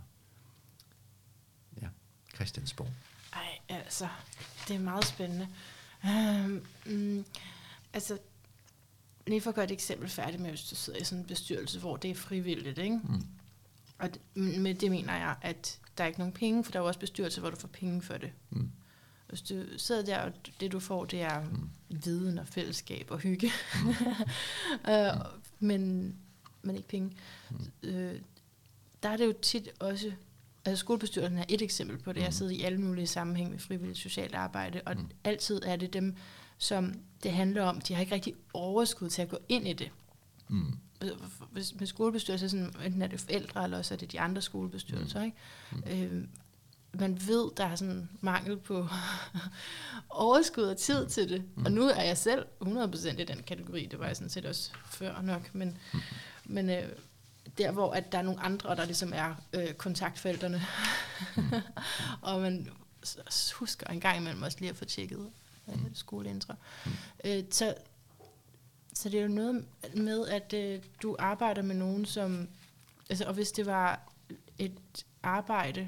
Christiansborg. Ej, altså, det er meget spændende. Um, um, altså, lige for at gøre et eksempel færdigt med, hvis du sidder i sådan en bestyrelse, hvor det er frivilligt, ikke? Mm. Og det, med det mener jeg, at der er ikke nogen penge, for der er jo også bestyrelser, hvor du får penge for det. Mm. Hvis du sidder der, og det du får, det er mm. viden og fællesskab og hygge. Mm. uh, mm. men, men ikke penge. Mm. Uh, der er det jo tit også... Altså skolebestyrelsen er et eksempel på det. Jeg sidder i alle mulige sammenhæng med frivilligt socialt arbejde, og mm. altid er det dem, som det handler om, de har ikke rigtig overskud til at gå ind i det. Mm. Hvis med skolebestyrelser, sådan, enten er det forældre, eller også er det de andre skolebestyrelser. Mm. Ikke? Mm. Øh, man ved, der er sådan mangel på overskud og tid mm. til det. Mm. Og nu er jeg selv hundrede procent i den kategori, det var jeg sådan set også før nok, men, mm. men øh, der hvor at der er nogle andre, der ligesom er øh, kontaktfelterne. Mm. Og man husker en gang imellem også lige at få tjekket øh, skoleintra. Mm. Øh, så, så det er jo noget med, at øh, du arbejder med nogen, som... Altså, og hvis det var et arbejde,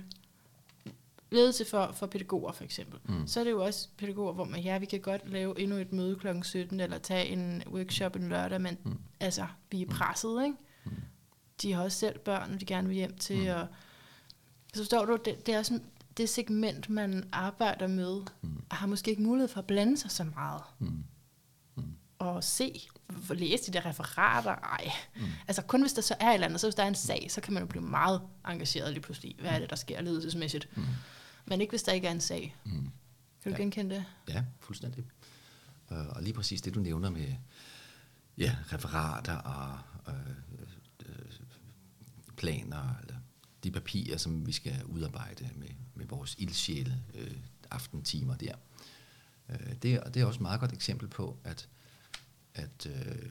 ledelse for, for pædagoger for eksempel, mm. så er det jo også pædagoger, hvor man, ja, vi kan godt lave endnu et møde klokken sytten, eller tage en workshop en lørdag, men mm. altså, vi er presset, ikke? Mm. De har også selv børn, de gerne vil hjem til, mm. og så forstår du, det, det er sådan, det segment, man arbejder med, mm. har måske ikke mulighed for at blande sig så meget. Mm. Mm. Og se, læse de der referater, ej. Mm. Altså kun hvis der så er et eller andet, så hvis der er en sag, så kan man jo blive meget engageret lige pludselig. Hvad er det, der sker ledelsesmæssigt? Mm. Men ikke hvis der ikke er en sag. Mm. Kan du ja. genkende det? Ja, fuldstændig. Og lige præcis det, du nævner med ja, referater og øh, planer, eller de papirer, som vi skal udarbejde med, med vores ildsjæle øh, aftentimer der. Øh, det, er, det er også et meget godt eksempel på, at, at, øh,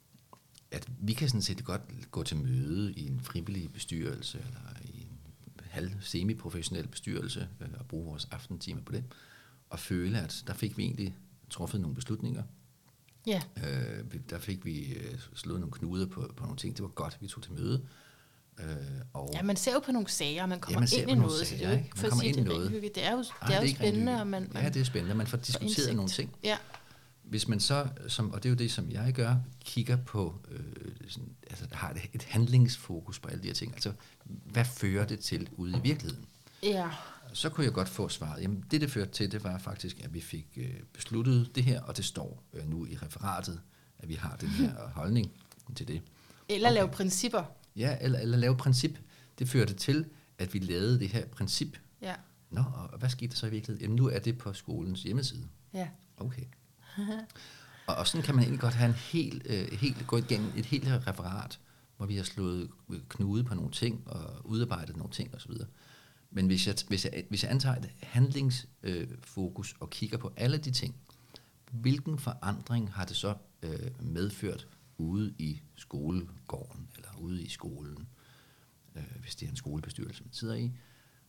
at vi kan sådan set godt gå til møde i en frivillig bestyrelse, eller i en, halv semi-professionel bestyrelse øh, og bruge vores aftentimer på det, og føle, at der fik vi egentlig truffet nogle beslutninger. Ja. Øh, der fik vi øh, slået nogle knuder på, på nogle ting. Det var godt, vi tog til møde. Øh, og ja, man ser jo på nogle sager, man kommer ja, man ind i noget, sager, så det er jo ikke for at sige, det er noget. Det er jo, Ej, det er det jo spændende. Og man, man ja, det er spændende, man får diskuteret nogle ting. Ja. Hvis man så, som, og det er jo det, som jeg gør, kigger på, øh, sådan, altså har et, et handlingsfokus på alle de her ting, altså hvad fører det til ude i virkeligheden? Ja. Så kunne jeg godt få svaret, jamen det det førte til, det var faktisk, at vi fik øh, besluttet det her, og det står øh, nu i referatet, at vi har den her holdning til det. Eller okay. lave principper. Ja, eller, eller lave princip. Det førte til, at vi lavede det her princip. Ja. Nå, og hvad skete der så i virkeligheden? Jamen nu er det på skolens hjemmeside. Ja. Okay. og, og sådan kan man egentlig godt have en helt, øh, helt, gå igennem et helt referat, hvor vi har slået knude på nogle ting, og udarbejdet nogle ting osv. Men hvis jeg, hvis jeg, hvis jeg antager et handlingsfokus øh, og kigger på alle de ting, hvilken forandring har det så øh, medført ude i skolegården, eller ude i skolen, øh, hvis det er en skolebestyrelse, man sidder i,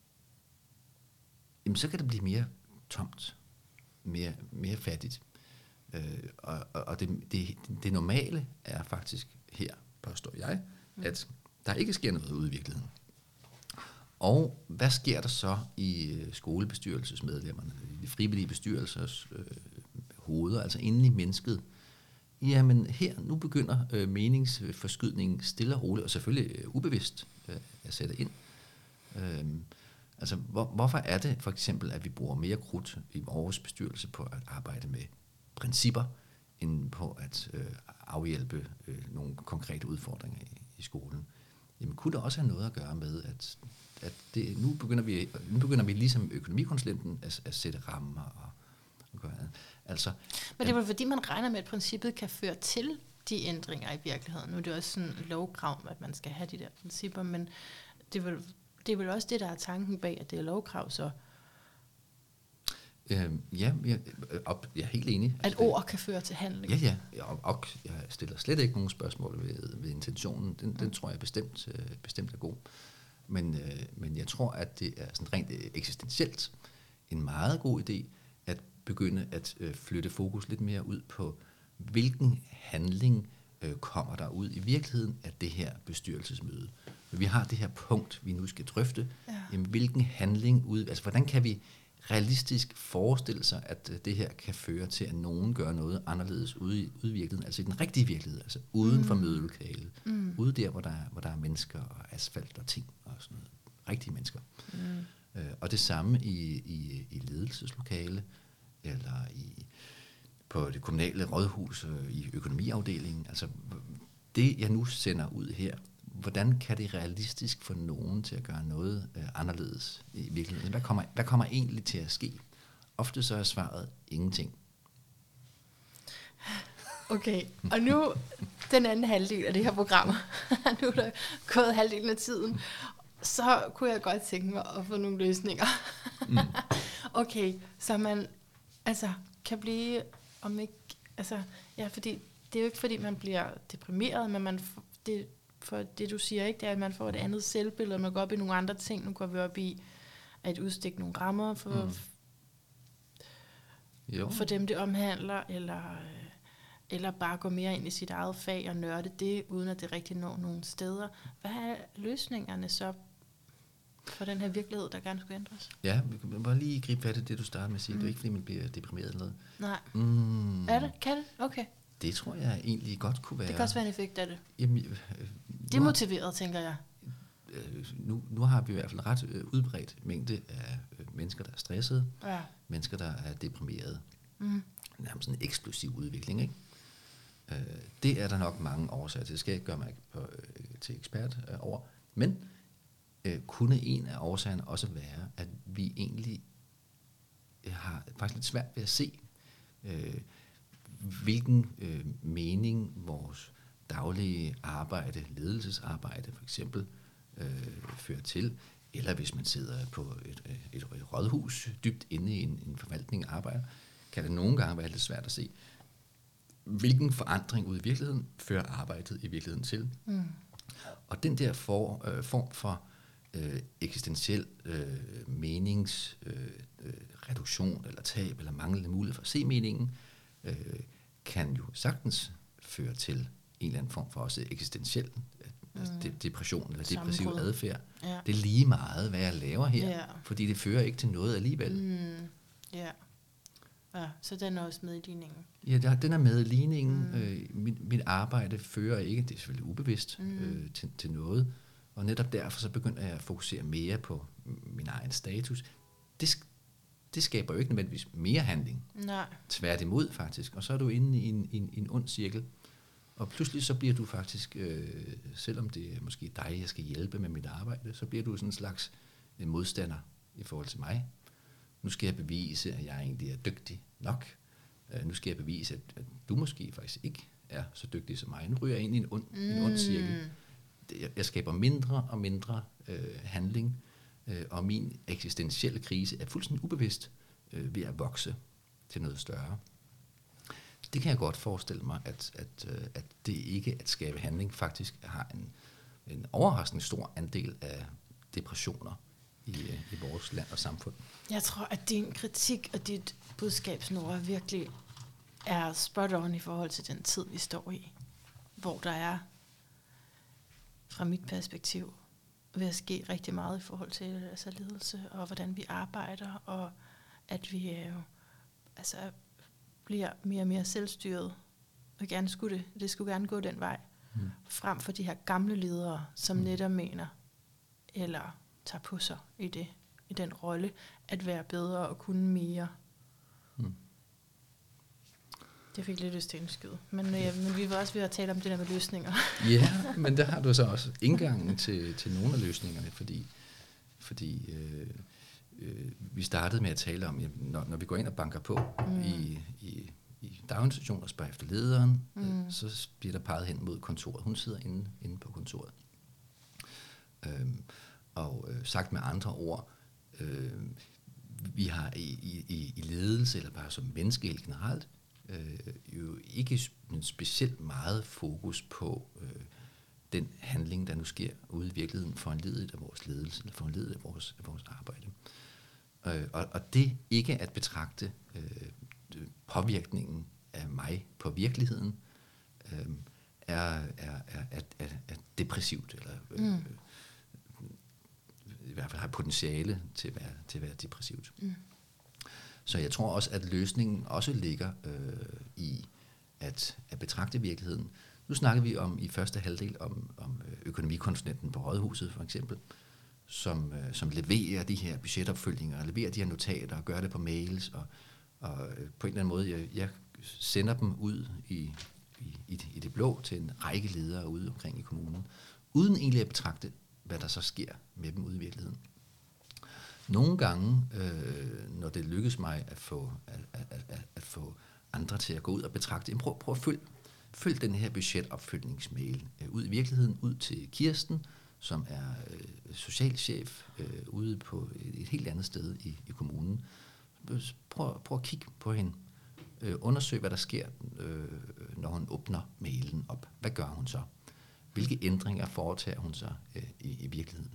jamen så kan det blive mere tomt, mere, mere fattigt. Øh, og og det, det, det normale er faktisk her, påstår jeg, at der ikke sker noget ude i virkeligheden. Og hvad sker der så i skolebestyrelsesmedlemmerne, i de frivillige bestyrelsers øh, hoveder, altså inde i mennesket? Jamen her, nu begynder øh, meningsforskydningen stille og roligt, og selvfølgelig øh, ubevidst øh, at sætte ind. Øh, altså hvor, hvorfor er det for eksempel, at vi bruger mere krudt i vores bestyrelse på at arbejde med principper, end på at øh, afhjælpe øh, nogle konkrete udfordringer i, i skolen? Jamen kunne det også have noget at gøre med, at, at det, nu, begynder vi, nu begynder vi ligesom økonomikonsulenten at, at sætte rammer og, og gøre det. Altså, men det er vel fordi, man regner med, at princippet kan føre til de ændringer i virkeligheden. Nu er det også sådan lovkrav, at man skal have de der principper, men det er vel, det er vel også det, der er tanken bag, at det er lovkrav, så... Øh, ja, jeg, op, jeg er helt enig. At altså, ord det, kan føre til handling. Ja, ja, og, og jeg stiller slet ikke nogen spørgsmål ved, ved intentionen. Den, mm. den tror jeg bestemt, øh, bestemt er god. Men, øh, men jeg tror, at det er sådan rent eksistentielt en meget god idé at begynde at øh, flytte fokus lidt mere ud på, hvilken handling øh, kommer der ud i virkeligheden af det her bestyrelsesmøde. Vi har det her punkt, vi nu skal drøfte. Ja. Jamen, hvilken handling ud, altså hvordan kan vi realistisk forestille sig, at det her kan føre til, at nogen gør noget anderledes ude i, ude i virkeligheden, altså i den rigtige virkelighed, altså uden for mm. mødelokalet, mm. ude der, hvor der, hvor der er mennesker og asfalt og ting og sådan noget. Rigtige mennesker. Mm. Øh, og det samme i, i, i ledelseslokale, eller i, på det kommunale rådhus, øh, i økonomiafdelingen. Altså det, jeg nu sender ud her, hvordan kan det realistisk få nogen til at gøre noget øh, anderledes i virkeligheden? Hvad kommer, hvad kommer egentlig til at ske? Ofte så er svaret ingenting. Okay, og nu den anden halvdel af det her program, nu er der gået halvdelen af tiden, så kunne jeg godt tænke mig at få nogle løsninger. Mm. Okay, så man altså kan blive, om ikke, altså, ja, fordi det er jo ikke fordi, man bliver deprimeret, men man, det, for det du siger, ikke, det er, at man får et andet selvbillede, man går op i nogle andre ting, nu går vi op i at udstikke nogle rammer for, mm. Jo. for dem, det omhandler, eller, eller bare gå mere ind i sit eget fag og nørde det, uden at det rigtig når nogle steder. Hvad er løsningerne så for den her virkelighed, der gerne skulle ændres? Ja, vi kan bare lige gribe fat i det, du startede med at sige. Mm. Det er ikke, fordi man bliver deprimeret eller noget. Nej. Mm. Er det? Kan det? Okay. Det tror jeg egentlig godt kunne være. Det kan også være en effekt af det. Jamen, øh, demotiveret, tænker jeg. Øh, nu, nu har vi i hvert fald ret øh, udbredt mængde af øh, mennesker, der er stressede. Ja. Mennesker, der er deprimerede. Mm. Nærmest en eksplosiv udvikling, ikke? Øh, det er der nok mange årsager til. Det skal jeg ikke gøre mig på, øh, til ekspert øh, over. Men øh, kunne en af årsagerne også være, at vi egentlig øh, har faktisk lidt svært ved at se, øh, hvilken øh, mening vores daglige arbejde, ledelsesarbejde for eksempel, øh, fører til, eller hvis man sidder på et, et, et rådhus dybt inde i en, en forvaltning og arbejder, kan det nogle gange være lidt svært at se, hvilken forandring ud i virkeligheden fører arbejdet i virkeligheden til. Mm. Og den der for, øh, form for øh, eksistentiel øh, menings øh, øh, reduktion eller tab eller manglende mulighed for at se meningen, øh, kan jo sagtens føre til en eller anden form for også eksistentiel mm. altså depression eller depressiv adfærd. Ja. Det er lige meget, hvad jeg laver her, ja. Fordi det fører ikke til noget alligevel. Mm. Ja. Ja, så den er også med i ligningen. Ja, den er med i ligningen. Mm. Øh, mit, mit arbejde fører ikke, det er selvfølgelig ubevidst, mm. øh, til, til noget. Og netop derfor så begynder jeg at fokusere mere på min egen status. Det, det skaber jo ikke nødvendigvis mere handling. Nej. Tværtimod faktisk. Og så er du inde i en, en, en ond cirkel. Og pludselig så bliver du faktisk, øh, selvom det er måske dig, jeg skal hjælpe med mit arbejde, så bliver du sådan en slags en modstander i forhold til mig. Nu skal jeg bevise, at jeg egentlig er dygtig nok. Uh, nu skal jeg bevise, at, at du måske faktisk ikke er så dygtig som mig. Nu ryger jeg ind i en ond, mm. en ond cirkel. Jeg, jeg skaber mindre og mindre øh, handling, øh, og min eksistentielle krise er fuldstændig ubevidst øh, ved at vokse til noget større. Det kan jeg godt forestille mig, at, at, øh, at det ikke at skabe handling faktisk har en, en overraskende stor andel af depressioner i, i vores land og samfund. Jeg tror, at din kritik og dit budskabsnord virkelig er spot on i forhold til den tid, vi står i, hvor der er, fra mit perspektiv, ved at ske rigtig meget i forhold til altså ledelse og hvordan vi arbejder, og at vi øh, altså bliver mere og mere selvstyret, og gerne skulle det, det skulle gerne gå den vej, mm. frem for de her gamle ledere, som mm. netop mener, eller tager på sig i, det, i den rolle, at være bedre og kunne mere. Mm. Det fik lidt lyst til en skyd. Men, øh, men vi var også ved at tale om det der med løsninger. Ja, men der har du så også indgangen til, til nogle af løsningerne, fordi, fordi øh, øh, vi startede med at tale om, jamen, når, når vi går ind og banker på mm. i, i, i daginstitutioner og spørger efter lederen, mm. øh, så bliver der peget hen mod kontoret. Hun sidder inde, inde på kontoret. Øhm, og øh, sagt med andre ord, øh, vi har i, i, i ledelse, eller bare som menneske helt generelt, øh, jo ikke specielt meget fokus på øh, den handling, der nu sker ude i virkeligheden, foranlediget af vores ledelse, eller foranlediget af vores, af vores arbejde. Øh, og, og det ikke at betragte øh, påvirkningen af mig på virkeligheden, øh, er, er, er, er, er, er depressivt, eller øh, mm. i hvert fald har potentiale til at være, til at være depressivt. Mm. Så jeg tror også, at løsningen også ligger øh, i at, at betragte virkeligheden. Nu snakker vi om i første halvdel om, om økonomikonsulenten på Rådhuset for eksempel, som, øh, som leverer de her budgetopfølgninger, leverer de her notater og gør det på mails, og, og på en eller anden måde, jeg, jeg sender dem ud i, i, i, i det blå til en række ledere ude omkring i kommunen, uden egentlig at betragte, hvad der så sker med dem ude i virkeligheden. Nogle gange, øh, når det lykkes mig at få, at, at, at, at få andre til at gå ud og betragte, prøv, prøv at følge følg den her budgetopfølgningsmail øh, ud i virkeligheden, ud til Kirsten, som er øh, socialchef øh, ude på et, et helt andet sted i, i kommunen. Prøv, prøv at kigge på hende. Øh, undersøg, hvad der sker, øh, når hun åbner mailen op. Hvad gør hun så? Hvilke ændringer foretager hun så øh, i, i virkeligheden?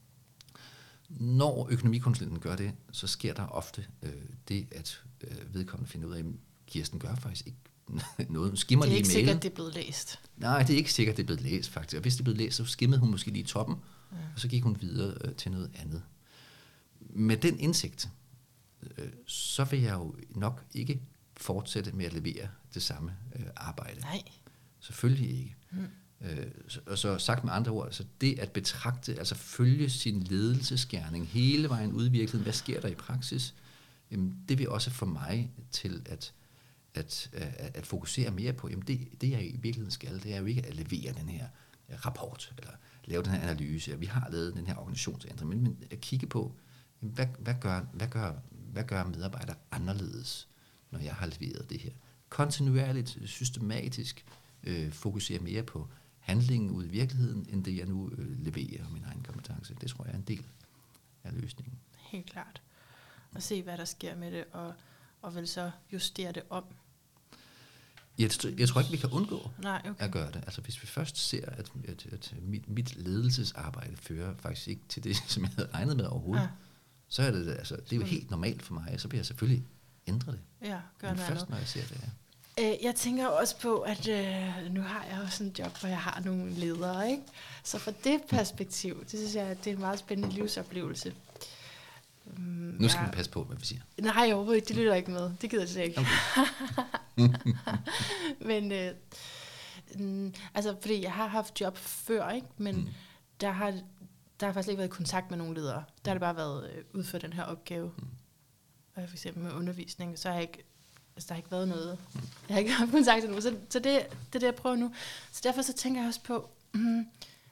Når økonomikonsulenten gør det, så sker der ofte øh, det, at øh, vedkommende finder ud af, at Kirsten gør faktisk ikke noget. Hun skimmer lige mailen. Det er ikke sikkert, det er blevet læst. Nej, det er ikke sikkert, det er blevet læst faktisk. Og hvis det er blevet læst, så skimmede hun måske lige toppen, ja. Og så gik hun videre øh, til noget andet. Med den indsigt, øh, så vil jeg jo nok ikke fortsætte med at levere det samme øh, arbejde. Nej. Selvfølgelig ikke. Mm. Øh, så, og så sagt med andre ord, altså det at betragte, altså følge sin ledelsesgerning hele vejen ud i virkeligheden, hvad sker der i praksis, jamen, det vil også få mig til at, at, at, at fokusere mere på, jamen det, det jeg i virkeligheden skal, det er jo ikke at levere den her rapport, eller lave den her analyse, vi har lavet den her organisationsændring, men, men at kigge på, jamen, hvad, hvad, gør, hvad, gør, hvad gør medarbejdere anderledes, når jeg har leveret det her. Kontinuerligt, systematisk, øh, fokusere mere på handlingen ud i virkeligheden, end det jeg nu øh, leverer min egen kompetence. Det tror jeg er en del af løsningen. Helt klart. Og se, hvad der sker med det, og, og vel så justere det om. Jeg, jeg tror ikke, vi kan undgå Nej, okay. at gøre det. Altså hvis vi først ser, at, at, at mit, mit ledelsesarbejde fører faktisk ikke til det, som jeg havde regnet med overhovedet, ja. så er det, altså, det er jo helt normalt for mig, så bliver jeg selvfølgelig ændre det. Ja, gør Men noget først, andet. når jeg ser det her. Jeg tænker også på, at øh, nu har jeg også en job, hvor jeg har nogle ledere, ikke? Så fra det perspektiv, det synes jeg, at det er en meget spændende livsoplevelse. Um, nu skal jeg... vi passe på, hvad vi siger. Nej, overhovedet ikke. Det lytter ikke med. Det gider jeg slet ikke. Okay. Men, øh, mm, altså, fordi jeg har haft job før, ikke? Men mm. der har der har faktisk ikke været i kontakt med nogle ledere. Der har det bare været øh, udført den her opgave. Mm. Og for eksempel med undervisning, så har jeg ikke Altså, der har ikke været noget. Jeg har ikke haft kontakt til nu, så, så det, det er det, jeg prøver nu. Så derfor så tænker jeg også på, mm,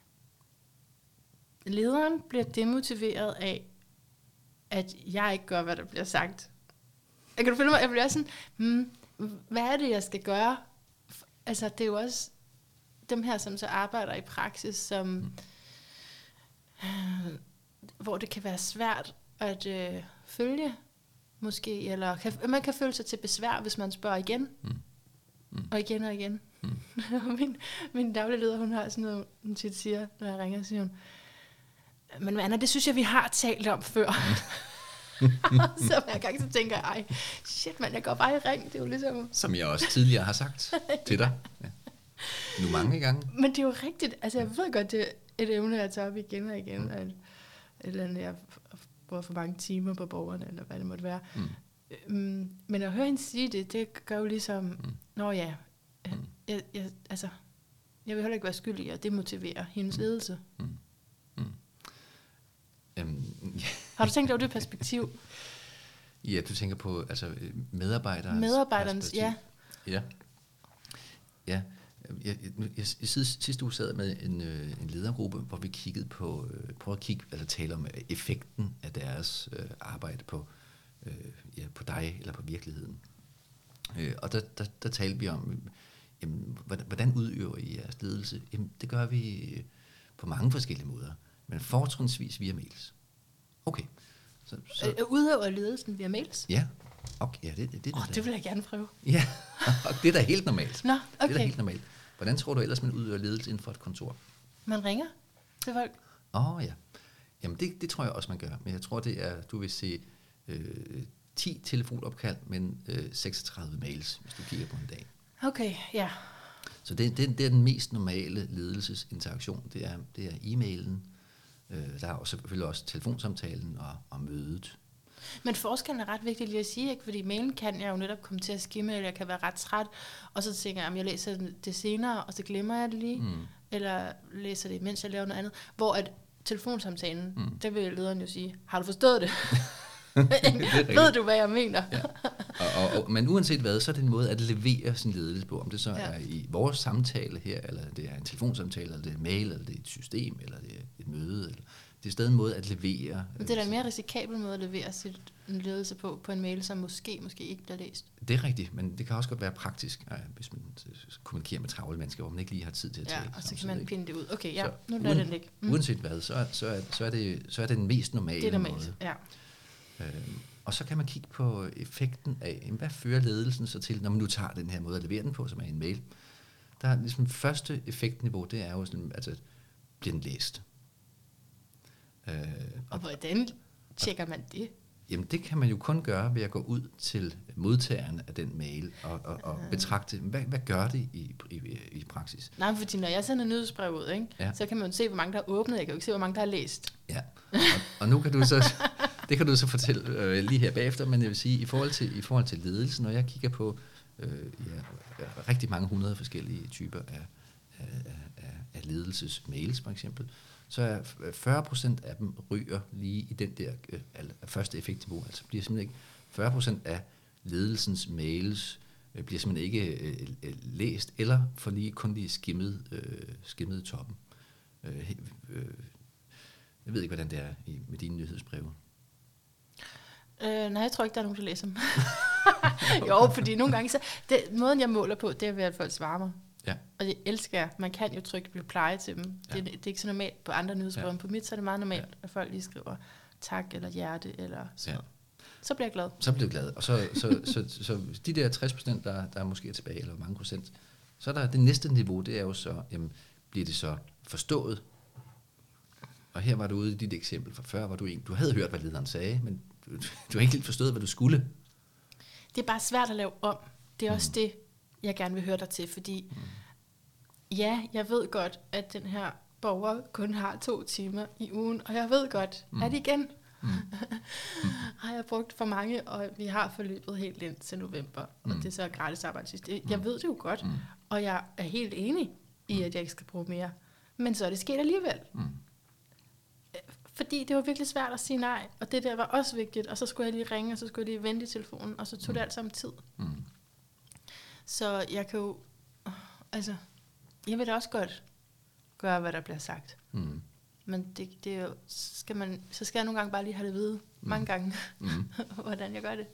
lederen bliver demotiveret af, at jeg ikke gør, hvad der bliver sagt. Jeg kan du følge mig? Jeg bliver sådan, mm, hvad er det, jeg skal gøre? Altså, det er jo også dem her, som så arbejder i praksis, som, mm. øh, hvor det kan være svært at øh, følge, måske, eller kan, man kan føle sig til besvær, hvis man spørger igen, mm. Mm. og igen og igen. Mm. min, min daglige leder, hun har sådan noget, hun tit siger, når jeg ringer, siger hun, men Anna, det synes jeg, vi har talt om før. Så hver gang, så tænker jeg, ej, shit mand, jeg går bare i ring, det er jo ligesom... Som jeg også tidligere har sagt til dig. Ja. Nu mange gange. Men det er jo rigtigt, altså jeg ved godt, det er et emne, jeg tager op igen og igen, mm. at, eller andet, jeg bruger for mange timer på borgerne, eller hvad det måtte være. Mm. Um, men at høre hende sige det, det gør jo ligesom, mm. nå ja, mm. jeg, jeg, altså, jeg vil heller ikke være skyldig i at demotivere hendes mm. ledelse. Mm. Mm. Um, yeah. Har du tænkt over det perspektiv? Ja, du tænker på altså medarbejderens Medarbejderens, ja. Ja. Ja. Jeg, jeg, jeg, sidste, sidste uge sad jeg med en, en ledergruppe, hvor vi kiggede på, øh, prøvede at kigge, altså tale om effekten af deres øh, arbejde på, øh, ja, på dig eller på virkeligheden. Øh, og der, der, der talte vi om, jamen, hvordan, hvordan udøver I jeres ledelse? Jamen, det gør vi på mange forskellige måder, men fortrinsvis via mails. Okay. Så, så. Øh, udøver ledelsen via mails? Ja. Okay, ja, det, det, det, oh, det vil jeg gerne prøve. Ja, og det er da helt normalt. Nå, okay. Det er da helt normalt. Hvordan tror du ellers, man udøver ledelse inden for et kontor? Man ringer til folk. Åh oh, ja. Jamen det, det tror jeg også, man gør. Men jeg tror, det er, du vil se øh, ti telefonopkald, men øh, seksogtredive mails, hvis du kigger på en dag. Okay, ja. Så det, det, det er den mest normale ledelsesinteraktion. Det er, det er e-mailen. Øh, der er også, selvfølgelig også telefonsamtalen og, og mødet. Men forskellen er ret vigtig lige at sige, ikke? Fordi mailen kan jeg jo netop komme til at skimme, eller jeg kan være ret træt, og så tænker jeg, at jeg læser det senere, og så glemmer jeg det lige, mm. eller læser det, mens jeg laver noget andet. Hvor at telefonsamtalen, mm. der vil lederen jo sige, har du forstået det? Ved du, hvad jeg mener? Ja. Og, og, og, men uanset hvad, så er det en måde at levere sin ledelse på, om det så ja. er i vores samtale her, eller det er en telefonsamtale, eller det er en mail, eller det er et system, eller det er et møde, eller det er stadig en måde at levere. Men det er da en mere risikabel måde at levere sit ledelse på, på en mail, som måske, måske ikke bliver læst. Det er rigtigt, men det kan også godt være praktisk, hvis man kommunikerer med travle mennesker, hvor man ikke lige har tid til at tale. Ja, og så kan man pinde det ud. Okay, ja, så nu lader det ligge. Mm. Uanset hvad, så, så, er, så, er det, så er det den mest normale det er normalt, måde. Ja. Øhm, og så kan man kigge på effekten af, hvad fører ledelsen så til, når man nu tager den her måde at levere den på, som er en mail. Der er ligesom første effektniveau, det er jo sådan, altså, bliver den læst? Øh, og hvordan tjekker man det? Jamen det kan man jo kun gøre ved at gå ud til modtageren af den mail og, og, og uh. betragte, hvad, hvad gør det i, i, i praksis? Nej, fordi når jeg sender nyhedsbrev ud, ikke, ja. så kan man jo se, hvor mange der er åbnet, jeg kan jo ikke se, hvor mange der har læst. Ja, og, og nu kan du så, det kan du så fortælle øh, lige her bagefter, men jeg vil sige, i forhold til, i forhold til ledelsen, når jeg kigger på øh, ja, rigtig mange hundrede forskellige typer af, af, af, af ledelsesmails for eksempel, så er fyrre procent af dem ryger lige i den der øh, første effektniveau. Altså bliver simpelthen ikke fyrre procent af ledelsens mails øh, bliver simpelthen ikke øh, øh, læst, eller får lige kun lige skimmet, øh, skimmet toppen. Øh, øh, jeg ved ikke, hvordan det er i, med dine nyhedsbreve. Øh, nej, jeg tror ikke, der er nogen, der læser dem. Jo, fordi nogle gange, så det, måden jeg måler på, det er ved, at folk svarer mig. Ja. Og det elsker jeg. Man kan jo trykke reply til dem. Ja. Det, det er ikke så normalt på andre nyhedsbreve. Ja. På mit så er det meget normalt, ja. at folk lige skriver tak eller hjerte eller sådan ja. Så bliver jeg glad. Så bliver jeg glad. Og så, så, så, så, så de der tres procent, der, der er måske er tilbage, eller mange procent, så er der det næste niveau, det er jo så, jamen, bliver det så forstået? Og her var du ude i dit eksempel fra før, hvor du, du havde hørt, hvad lederen sagde, men du, du har ikke helt forstået, hvad du skulle. Det er bare svært at lave om. Det er også mm. det, jeg gerne vil høre dig til, fordi mm. ja, jeg ved godt, at den her borger kun har to timer i ugen, og jeg ved godt, mm. at igen mm. har jeg brugt for mange, og vi har forløbet helt ind til november, mm. og det er så gratis arbejde. Jeg ved det jo godt, mm. og jeg er helt enig i, at jeg ikke skal bruge mere, men så er det sket alligevel. Mm. Fordi det var virkelig svært at sige nej, og det der var også vigtigt, og så skulle jeg lige ringe, og så skulle jeg lige vente i telefonen, og så tog mm. det alt sammen tid. Mm. Så jeg kan jo, altså, jeg vil da også godt gøre, hvad der bliver sagt. Mm. Men det, det er jo, skal man, så skal jeg nogle gange bare lige have det at vide, mm. mange gange, mm. hvordan jeg gør det.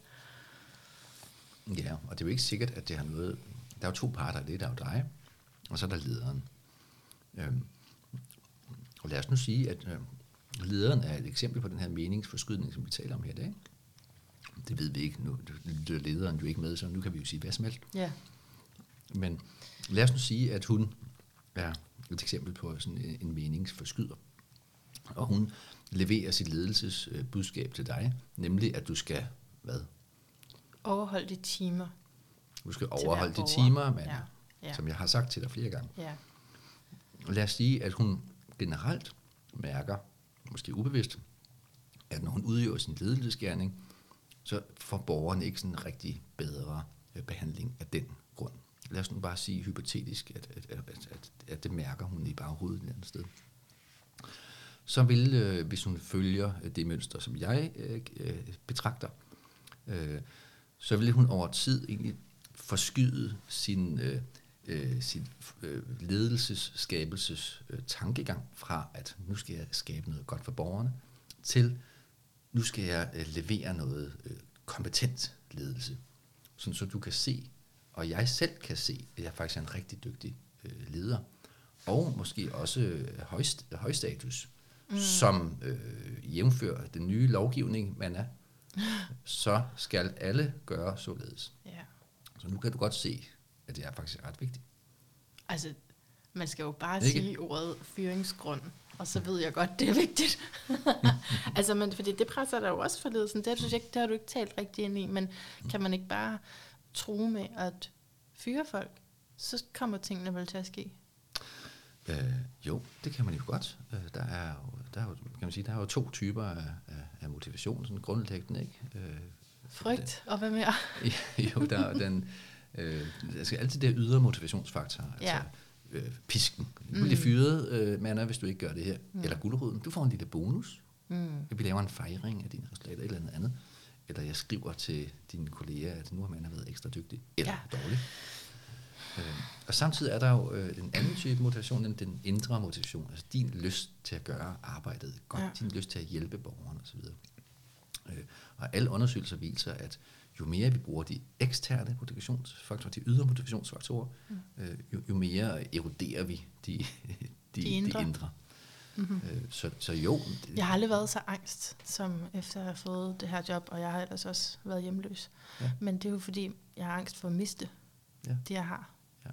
Ja, og det er jo ikke sikkert, at det har noget, der er jo to parter, det er der jo dig, og så er der lederen. Øhm, og lad os nu sige, at øh, lederen er et eksempel på den her meningsforskydning, som vi taler om her i dag. Det ved vi ikke nu. Det er lederen jo ikke med, så nu kan vi jo sige hvad som helst. Ja. Men lad os nu sige, at hun er et eksempel på sådan en, en meningsforskyder. Og hun leverer sit ledelsesbudskab til dig, nemlig at du skal, hvad? Overholde de timer. Du skal overholde de timer, men, ja. Ja. som jeg har sagt til dig flere gange. Ja. Lad os sige, at hun generelt mærker, måske ubevidst, at når hun udøver sin ledelsesgerning, så får borgeren ikke sådan en rigtig bedre behandling af den grund. Lad os nu bare sige hypotetisk, at, at, at, at, at det mærker hun i baghovedet et andet sted. Så vil, øh, hvis hun følger det mønster, som jeg øh, betragter, øh, så vil hun over tid egentlig forskyde sin, øh, øh, sin øh, ledelsesskabelses øh, tankegang fra, at nu skal jeg skabe noget godt for borgerne, til nu skal jeg øh, levere noget øh, kompetent ledelse, sådan så du kan se, og jeg selv kan se, at jeg faktisk er en rigtig dygtig øh, leder, og måske også øh, højst, højstatus, mm. som øh, jævnfører den nye lovgivning, man er, så skal alle gøre således. Ja. Så nu kan du godt se, at det er faktisk ret vigtigt. Altså, man skal jo bare ikke? sige ordet fyringsgrund, og så ved jeg godt, det er vigtigt. altså, men, fordi det presser der jo også for ledelsen. Det, synes jeg, det har du ikke talt rigtig ind i, men kan man ikke bare true med at fyre folk, så kommer tingene vel til at ske? Øh, jo, det kan man jo godt. Øh, der er jo, der er jo, kan man sige, der er jo to typer af, af, af motivation, sådan grundlæggende, ikke? Øh, Frygt, og hvad mere? jo, der er den, øh, altså altid det ydre motivationsfaktor, altså ja. øh, pisken. Du bliver mm. fyret, øh, mander, hvis du ikke gør det her. Mm. Eller guleroden, du får en lille bonus. Mm. Vi laver en fejring af dine resultater, eller andet andet. Eller jeg skriver til dine kolleger, at nu har man været ekstra dygtig, eller ja. dårlig. Øh, og samtidig er der jo øh, en anden type motivation, nemlig den indre motivation, altså din lyst til at gøre arbejdet godt, ja. din lyst til at hjælpe borgerne osv. Øh, og alle undersøgelser viser, at jo mere vi bruger de eksterne motivationsfaktorer, de ydre motivationsfaktorer, mm. øh, jo, jo mere eroderer vi de, de, de indre. De indre. Mm-hmm. Øh, så, så jo. Det, jeg har aldrig været så angst, som efter at have fået det her job, og jeg har ellers også været hjemløs. Ja. Men det er jo fordi, jeg har angst for at miste ja. det, jeg har. Ja.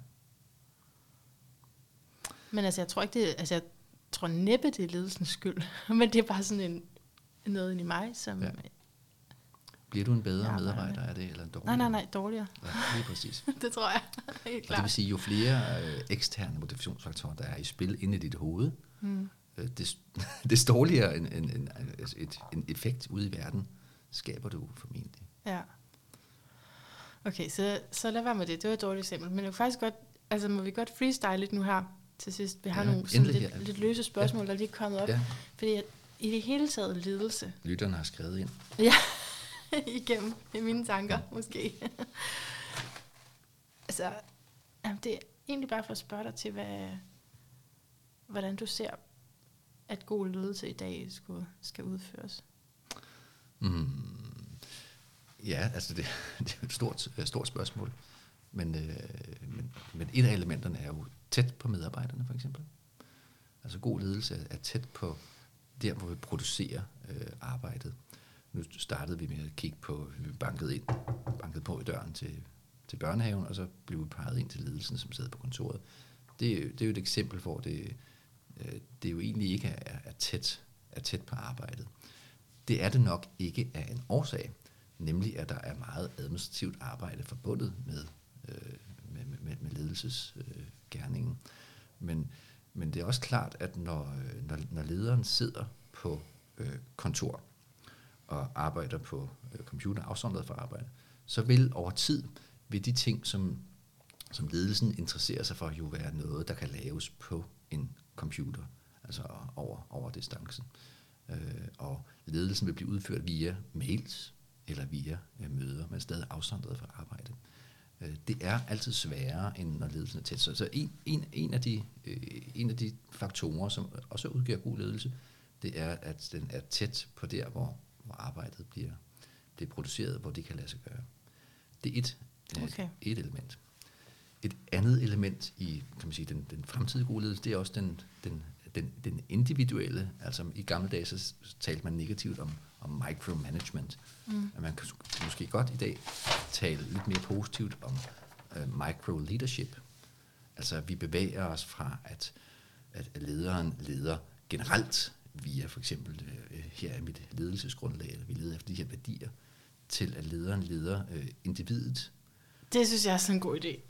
Men altså, jeg tror ikke, det altså, jeg tror næppe, det er ledelsens skyld. Men det er bare sådan en noget inde i mig, som... Ja. Bliver du en bedre ja, medarbejder af det, eller en dårligere? Nej, nej, nej, dårligere. Ja, lige præcis. det tror jeg, helt klart. Og det vil sige, jo flere øh, eksterne motivationsfaktorer, der er i spil inde i dit hoved, mm. øh, det, det dårligere en, en, en, et, en effekt ude i verden, skaber du formentlig. Ja. Okay, så, så lad være med det. Det var et dårligt eksempel. Men jeg faktisk godt, altså må vi godt freestyle lidt nu her til sidst. Vi har ja, nogle sådan lidt, lidt løse spørgsmål, ja. der lige er kommet op. Ja. Fordi i det hele taget ledelse. Lytterne har skrevet ind. Ja, igennem i mine tanker, måske. altså, det er egentlig bare for at spørge dig til, hvad, hvordan du ser, at god ledelse i dag skulle, skal udføres. Mm. Ja, altså det, det er et stort, stort spørgsmål. Men, øh, men, men et af elementerne er jo tæt på medarbejderne, for eksempel. Altså god ledelse er tæt på der, hvor vi producerer øh, arbejdet. nu startede vi med at kigge på, vi bankede ind, bankede på i døren til, til børnehaven, og så blev vi peget ind til ledelsen, som sidder på kontoret. Det, det er jo et eksempel, hvor det, det jo egentlig ikke er, er, tæt, er tæt på arbejdet. Det er det nok ikke af en årsag, nemlig at der er meget administrativt arbejde forbundet med, øh, med, med, med ledelsesgerningen. Øh, men, men det er også klart, at når, når, når lederen sidder på øh, kontor og arbejder på øh, computer afsondret fra arbejde, så vil over tid vil de ting, som, som ledelsen interesserer sig for, jo være noget, der kan laves på en computer, altså over, over distancen. Øh, og ledelsen vil blive udført via mails eller via øh, møder, men stadig afsondret fra arbejde. Øh, det er altid sværere, end når ledelsen er tæt. Så, så en, en, en, af de, øh, en af de faktorer, som også udgør god ledelse, det er, at den er tæt på der, hvor, hvor arbejdet bliver, bliver produceret, hvor det kan lade sig gøre. Det er et, okay. et element. Et andet element i kan man sige, den, den fremtidige gode ledelse, det er også den, den, den, den individuelle. Altså i gamle dage, så talte man negativt om, om micromanagement. Mm. Man kan måske godt i dag tale lidt mere positivt om uh, microleadership. Altså vi bevæger os fra, at, at lederen leder generelt via for eksempel, uh, her er mit ledelsesgrundlag, eller vi leder efter de her værdier, til at lederen leder uh, individet. Det synes jeg er sådan en god idé.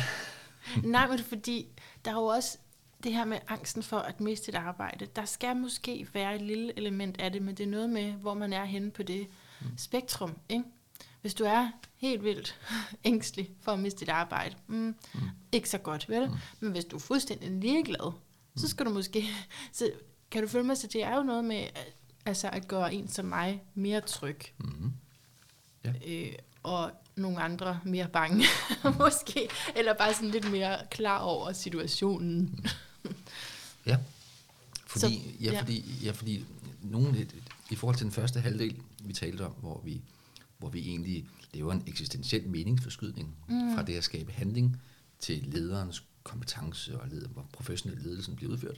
Nej, men fordi der er jo også det her med angsten for at miste et arbejde. Der skal måske være et lille element af det, men det er noget med, hvor man er henne på det mm. spektrum, ikke? Hvis du er helt vildt ængstelig for at miste dit arbejde, mm, mm. ikke så godt, vel? Mm. Men hvis du er fuldstændig ligeglad, mm. så skal du måske... Så kan du følge mig, så det er jo noget med altså at gøre en som mig mere tryg. Mm. Ja. Øh, og nogle andre mere bange, måske, eller bare sådan lidt mere klar over situationen. ja, fordi, Så, ja, ja. fordi, ja, fordi nogen, i forhold til den første halvdel, vi talte om, hvor vi, hvor vi egentlig laver en eksistentiel meningsforskydning mm. fra det at skabe handling til lederens kompetence og leder, hvor professionel ledelsen bliver udført,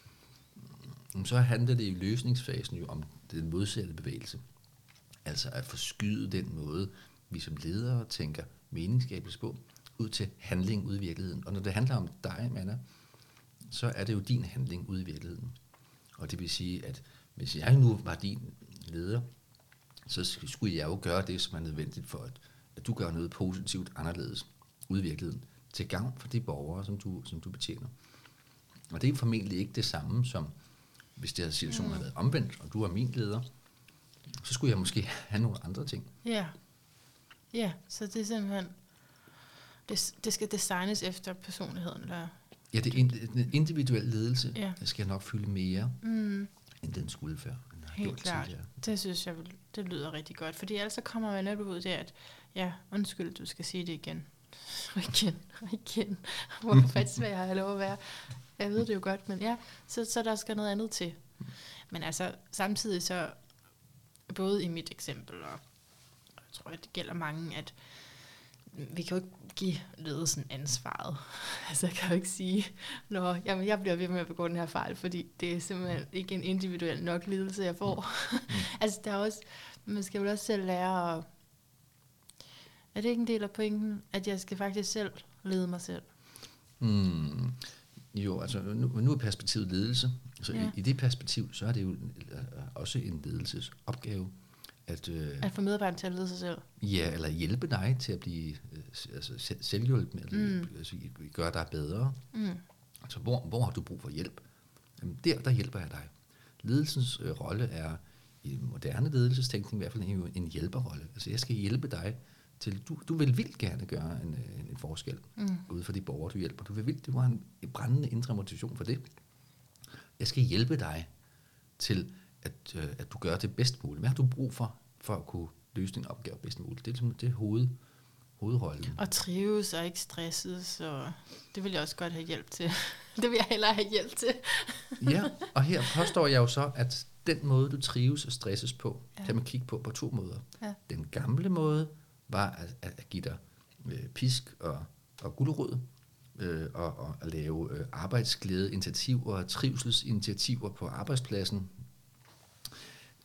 så handler det i løsningsfasen jo om den modsatte bevægelse. Altså at forskyde den måde, vi som ledere tænker meningsskabelse på, ud til handling ude i virkeligheden. Og når det handler om dig, Manna, så er det jo din handling ude i virkeligheden. Og det vil sige, at hvis jeg nu var din leder, så skulle jeg jo gøre det, som er nødvendigt for, at, at du gør noget positivt anderledes ude i virkeligheden, til gavn for de borgere, som du, som du betjener. Og det er formentlig ikke det samme, som hvis det her situation havde været omvendt, og du er min leder, så skulle jeg måske have nogle andre ting. Ja, ja, så det er simpelthen, det, det skal designes efter personligheden, eller? Ja, det er en individuel ledelse, ja. Der skal nok fylde mere, mm. end den skulle før. Helt klart, tidligere. Det synes jeg, det lyder rigtig godt, fordi ellers så kommer man netop ud der, at ja, undskyld, du skal sige det igen, og igen, og igen, hvor faktisk vil jeg have lov at være. Jeg ved det jo godt, men ja, så, så der skal noget andet til. Men altså, samtidig så, både i mit eksempel, og jeg tror, at det gælder mange, at vi kan jo ikke give ledelsen ansvaret. Altså, jeg kan jo ikke sige, nå, jamen, jeg bliver ved med at begå den her fejl, fordi det er simpelthen ikke en individuel nok ledelse, jeg får. Mm. altså, der er også, man skal jo også selv lære at, er det ikke en del af pointen, at jeg skal faktisk selv lede mig selv? Mm. Jo, altså nu, nu er perspektivet ledelse. Så ja. i, i det perspektiv, så er det jo også en ledelsesopgave. At, øh, at få medarbejderne til at lede sig selv? Ja, eller hjælpe dig til at blive øh, altså selvhjulpen, eller mm. altså, gøre dig bedre. Mm. Altså, hvor, hvor har du brug for hjælp? Jamen, der, der hjælper jeg dig. Ledelsens øh, rolle er, i moderne ledelsestænkning i hvert fald, en, en hjælperrolle. Altså, jeg skal hjælpe dig til, du, du vil vildt gerne gøre en, en, en forskel mm. ude for de borgere, du hjælper. Du vil vildt, du har en, en brændende indre motivation for det. Jeg skal hjælpe dig til, at, øh, at du gør det bedst muligt. Hvad har du brug for, for at kunne løse din opgave bedst muligt? Det er ligesom det hoved, hovedrollen. Og trives og ikke stresses, så det vil jeg også godt have hjælp til. Det vil jeg hellere have hjælp til. Ja, og her påstår jeg jo så, at den måde, du trives og stresses på, ja. Kan man kigge på på to måder. Ja. Den gamle måde var at, at give dig øh, pisk og, og gulerod, øh, og, og at lave øh, arbejdsglæde initiativer og trivselsinitiativer på arbejdspladsen.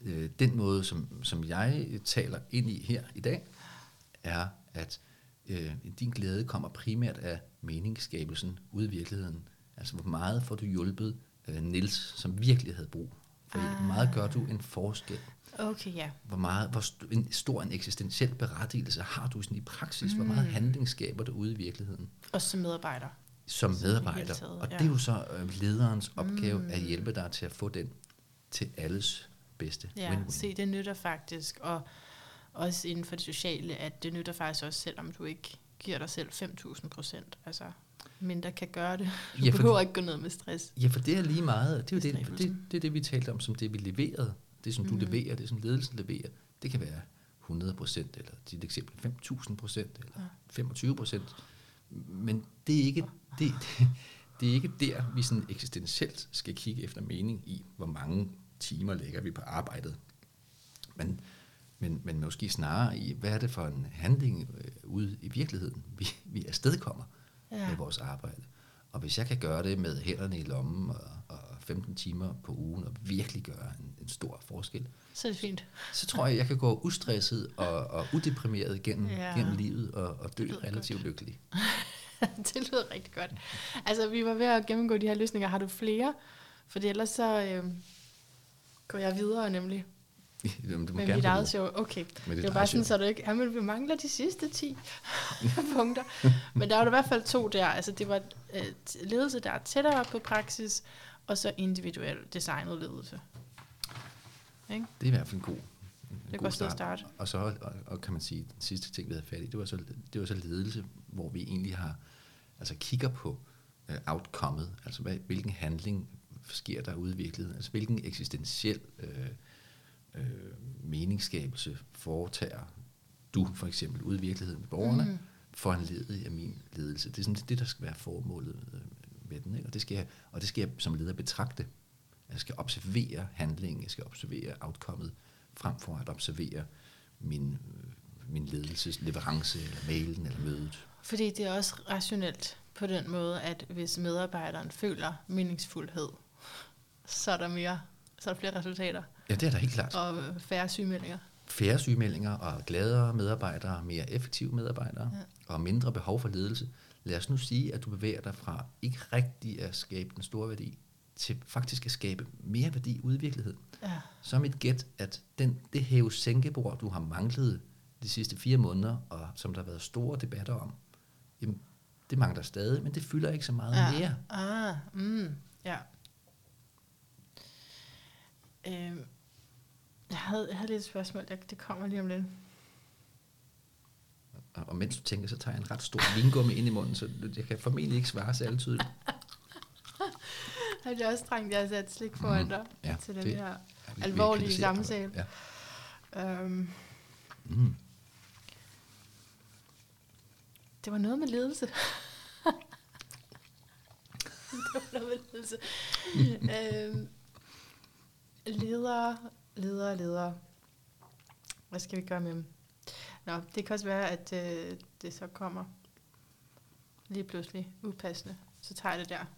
øh, den måde, som, som jeg taler ind i her i dag, er, at øh, din glæde kommer primært af meningsskabelsen ude i virkeligheden. Altså, hvor meget får du hjulpet øh, Niels, som virkelig havde brug for ah. Hvor meget gør du en forskel? Okay, ja. Hvor meget, hvor st- en stor en eksistentiel berettigelse har du sådan i praksis? Mm. Hvor meget handling skaber du ude i virkeligheden? Også som medarbejder. Som medarbejder. Taget, og ja. det er jo så øh, lederens opgave mm. at hjælpe dig til at få den til alles bedste. Ja, win-win. Se, det nytter faktisk, og også inden for det sociale, at det nytter faktisk også, selvom du ikke giver dig selv fem tusind procent. Altså, mindre kan gøre det. Du ja, for, behøver ikke gå ned med stress. Ja, for det er lige meget. Det er jo det, det, det, er det, vi talte om, som det vi leverede. Det, som mm. du leverer, det som ledelsen leverer. Det kan være hundrede procent, eller dit eksempel fem tusind procent, eller ja. femogtyve procent. Men det er ikke, det, det, det er ikke der, vi sådan eksistentielt skal kigge efter mening i, hvor mange timer lægger vi på arbejdet. Men, men, men måske snarere i, hvad er det for en handling øh, ude i virkeligheden, vi, vi afstedkommer ja. med vores arbejde. Og hvis jeg kan gøre det med hænderne i lommen og, og femten timer på ugen og virkelig gøre en, en stor forskel, så er det fint. Så tror jeg, jeg kan gå ustresset og, og udeprimeret gennem, ja. gennem livet og, og dø relativt godt. Lykkelig. Det lyder rigtig godt. Altså, vi var ved at gennemgå de her løsninger. Har du flere? For ellers så øh, går jeg videre nemlig. Jamen, du må med gerne mit eget show. Okay. Det er bare sådan, så du ikke... Jamen, vi mangler de sidste ti punkter. Men der var i hvert fald to der. Altså, det var øh, ledelse, der er tættere på praksis, og så individuel designet ledelse. Ikke? Det er i hvert fald en god, en det god start. start. Og så og, og kan man sige, den sidste ting, vi havde fat i, det var så, det var så ledelse, hvor vi egentlig har, altså kigger på uh, outcomet, altså hvad, hvilken handling sker der ude i virkeligheden, altså hvilken eksistentiel øh, øh, meningsskabelse foretager du for eksempel ude i virkeligheden med borgerne, mm. for en ledet af min ledelse. Det er sådan det, der skal være formålet øh, med den, ikke? Og det skal jeg, og det skal jeg som leder betragte. Jeg skal observere handlingen, jeg skal observere outcomet, frem for at observere min, min ledelses leverance, eller mailen, eller mødet. Fordi det er også rationelt på den måde, at hvis medarbejderen føler meningsfuldhed, så er der mere, så er der flere resultater. Ja, det er der helt klart. Og færre sygemeldinger. Færre sygemeldinger, og gladere medarbejdere, mere effektive medarbejdere, ja. Og mindre behov for ledelse. Lad os nu sige, at du bevæger dig fra ikke rigtig at skabe den store værdi, til faktisk at skabe mere værdi ude i virkeligheden. Ja. Så er mit gæt, at den, det hæve-sænkebord, du har manglet de sidste fire måneder, og som der har været store debatter om, jamen, det mangler stadig, men det fylder ikke så meget ja. mere. Ah, mm, ja. Øhm, jeg, havde, jeg havde lidt et spørgsmål, det, det kommer lige om lidt. Og, og mens du tænker, så tager jeg en ret stor vingummi ind i munden, så jeg kan formentlig ikke svare særlig tydeligt. Det er også strengt, jeg har sat slik foran dig mm, ja, til den det, her ja, vi, alvorlige vi samtale. Ja. Um, mm. Det var noget med ledelse. det var noget med ledelse. um, ledere, ledere, ledere. Hvad skal vi gøre med dem? Nå, det kan også være, at øh, det så kommer lige pludselig upassende. Så tager jeg det der.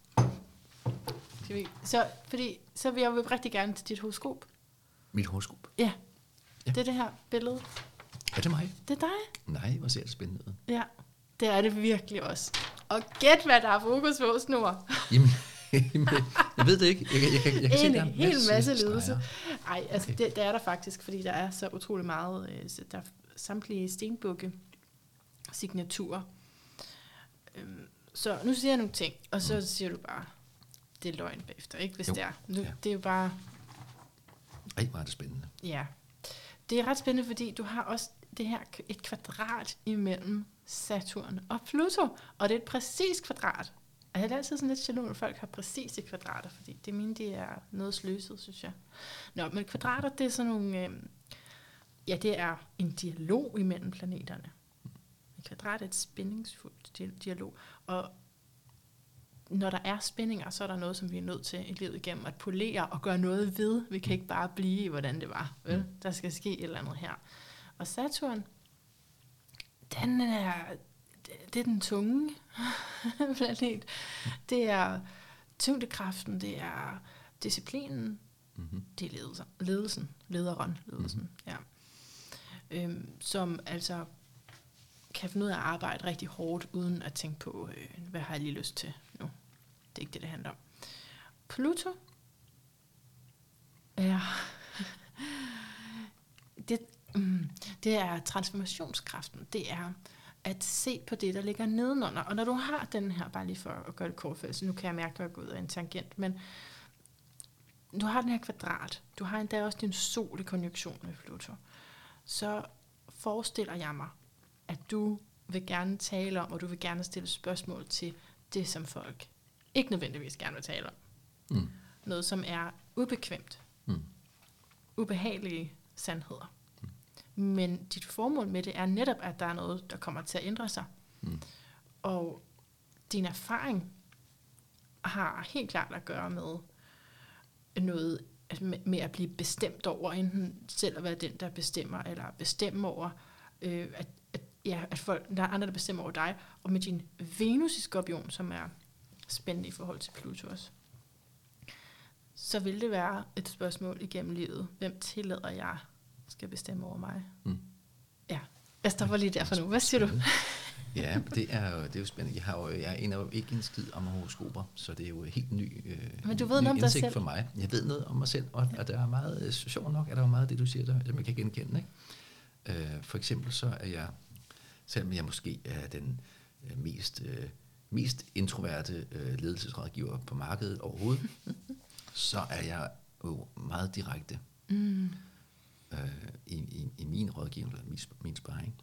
Så, fordi, så vil jeg jo rigtig gerne til dit horoskop. Mit horoskop? Ja. ja. Det er det her billede. Er det mig? Det er dig. Nej, hvor ser det spændende ud. Ja, det er det virkelig også. Og gæt, hvad der er fokus på, Snor. Jamen, jeg ved det ikke. Jeg, jeg, jeg, jeg, jeg kan en se, der hel masse, masse ledelse. Nej, altså okay. det, det er der faktisk, fordi der er så utrolig meget, øh, der er samtlige stenbukke signaturer. Øhm, så nu siger jeg nogle ting, og så mm. siger du bare, det er løgn bagefter, ikke? Hvis jo. det er. Nu, ja. Det er jo bare... Ej, hvor er det spændende. Ja. Det er ret spændende, fordi du har også det her, et kvadrat imellem Saturn og Pluto, og det er et præcist kvadrat. Og jeg er altid sådan lidt jaloux, når folk har præcise kvadrater, fordi det mine, de er noget sløset, synes jeg. Nå, men kvadrater, det er sådan nogle... Øh, ja, det er en dialog imellem planeterne. Et kvadrat er et spændingsfuldt dialog, og når der er spændinger, så er der noget, som vi er nødt til i livet igennem at polere og gøre noget ved. Vi kan ikke bare blive i, hvordan det var. Vel? Der skal ske et eller andet her. Og Saturn, den er, det er den tunge planet. Det er tyngdekraften, det er disciplinen, Mm-hmm. Det er ledelsen, ledelsen, lederen, ledelsen, Mm-hmm. ja. Øhm, som altså kan finde ud af at arbejde rigtig hårdt, uden at tænke på, øh, hvad har jeg lige lyst til nu. Det er ikke det, det handler om. Pluto er, det, mm, det er transformationskraften. Det er at se på det, der ligger nedenunder. Og når du har den her, bare lige for at gøre det kort, så nu kan jeg mærke, at jeg går ud af en tangent, men du har den her kvadrat. Du har endda også din sol i konjunktion med Pluto. Så forestiller jeg mig, at du vil gerne tale om, og du vil gerne stille spørgsmål til det, som folk ikke nødvendigvis gerne vil tale om. Mm. Noget, som er ubekvemt. Mm. Ubehagelige sandheder. Mm. Men dit formål med det er netop, at der er noget, der kommer til at ændre sig. Mm. Og din erfaring har helt klart at gøre med noget med, med at blive bestemt over, enten selv at være den, der bestemmer, eller bestemme over, øh, at, at, ja, at folk, der er andre, der bestemmer over dig, og med din Venus i Skorpion, som er spændende i forhold til Pluto også, så vil det være et spørgsmål igennem livet. Hvem tillader jeg skal bestemme over mig? Mm. Ja, jeg stopper lige der for nu. Hvad siger du? Ja, det er, jo, det er jo spændende. Jeg, har jo, jeg aner jo ikke en skid om horoskoper, så det er jo helt ny, øh, Men du ved ny noget om dig indsigt selv. for mig. Jeg ved noget om mig selv, og, og der er meget, sjovt nok, er der jo meget af det, du siger, der, som jeg kan genkende. Ikke? Øh, for eksempel så er jeg, selvom jeg måske er den øh, mest, øh, mest introverte øh, ledelsesrådgiver på markedet overhovedet, så er jeg jo meget direkte Mm. øh, i, i, i min rådgivning, eller min, min sparring.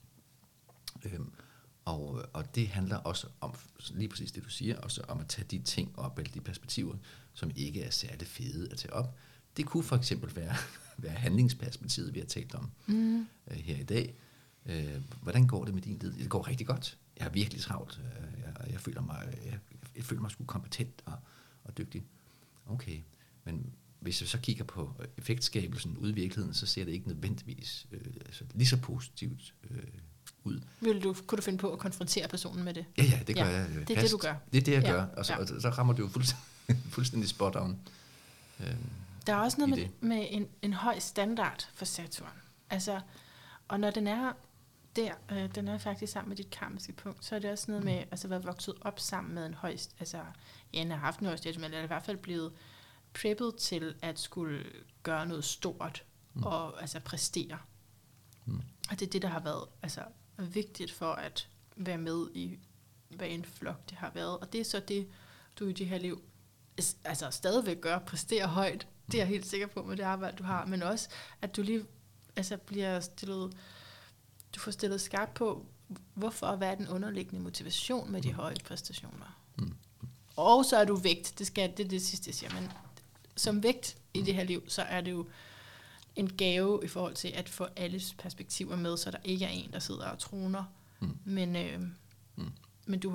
Øhm, og, og det handler også om, lige præcis det du siger, også om at tage de ting op, eller de perspektiver, som ikke er særlig fede at tage op. Det kunne for eksempel være, være handlingsperspektivet, vi har talt om mm. øh, her i dag. Øh, hvordan går det med din led? Det går rigtig godt. Jeg er virkelig travlt. Øh, jeg, jeg føler mig, jeg, jeg føler mig sgu kompetent og, og dygtig. Okay, men hvis jeg så kigger på effektskabelsen ude i virkeligheden, så ser det ikke nødvendigvis øh, altså lige så positivt øh, ud. Vil du, kunne du finde på at konfrontere personen med det? Ja, ja, det gør ja, jeg. Det er fast. det, du gør. Det er det, jeg ja. gør. Og så, ja. og så rammer du jo fuldstændig, fuldstændig spot on. Øhm, Der er også noget med, det. med en, en høj standard for Saturn. Altså, og når den er der, øh, den er faktisk sammen med dit karmiske punkt, så er det også noget med, altså at være vokset op sammen med en høj, altså, ja, den har haft en høj status, men er i hvert fald blevet preppet til at skulle gøre noget stort, mm. og altså præstere. Mm. Og det er det, der har været altså, vigtigt for at være med i, hvad en flok det har været. Og det er så det, du i det her liv altså stadigvæk gør, præstere højt. Det er jeg helt sikker på med det arbejde, du har. Men også, at du lige altså, bliver stillet, du får stillet skarpt på, hvorfor og hvad er den underliggende motivation med de høje præstationer. Mm. Og så er du vægt. Det, skal, det er det sidste, jeg siger. Men som vægt i det her liv, så er det jo en gave i forhold til at få alles perspektiver med, så der ikke er en, der sidder og troner. Mm. Men, øh, mm. men du,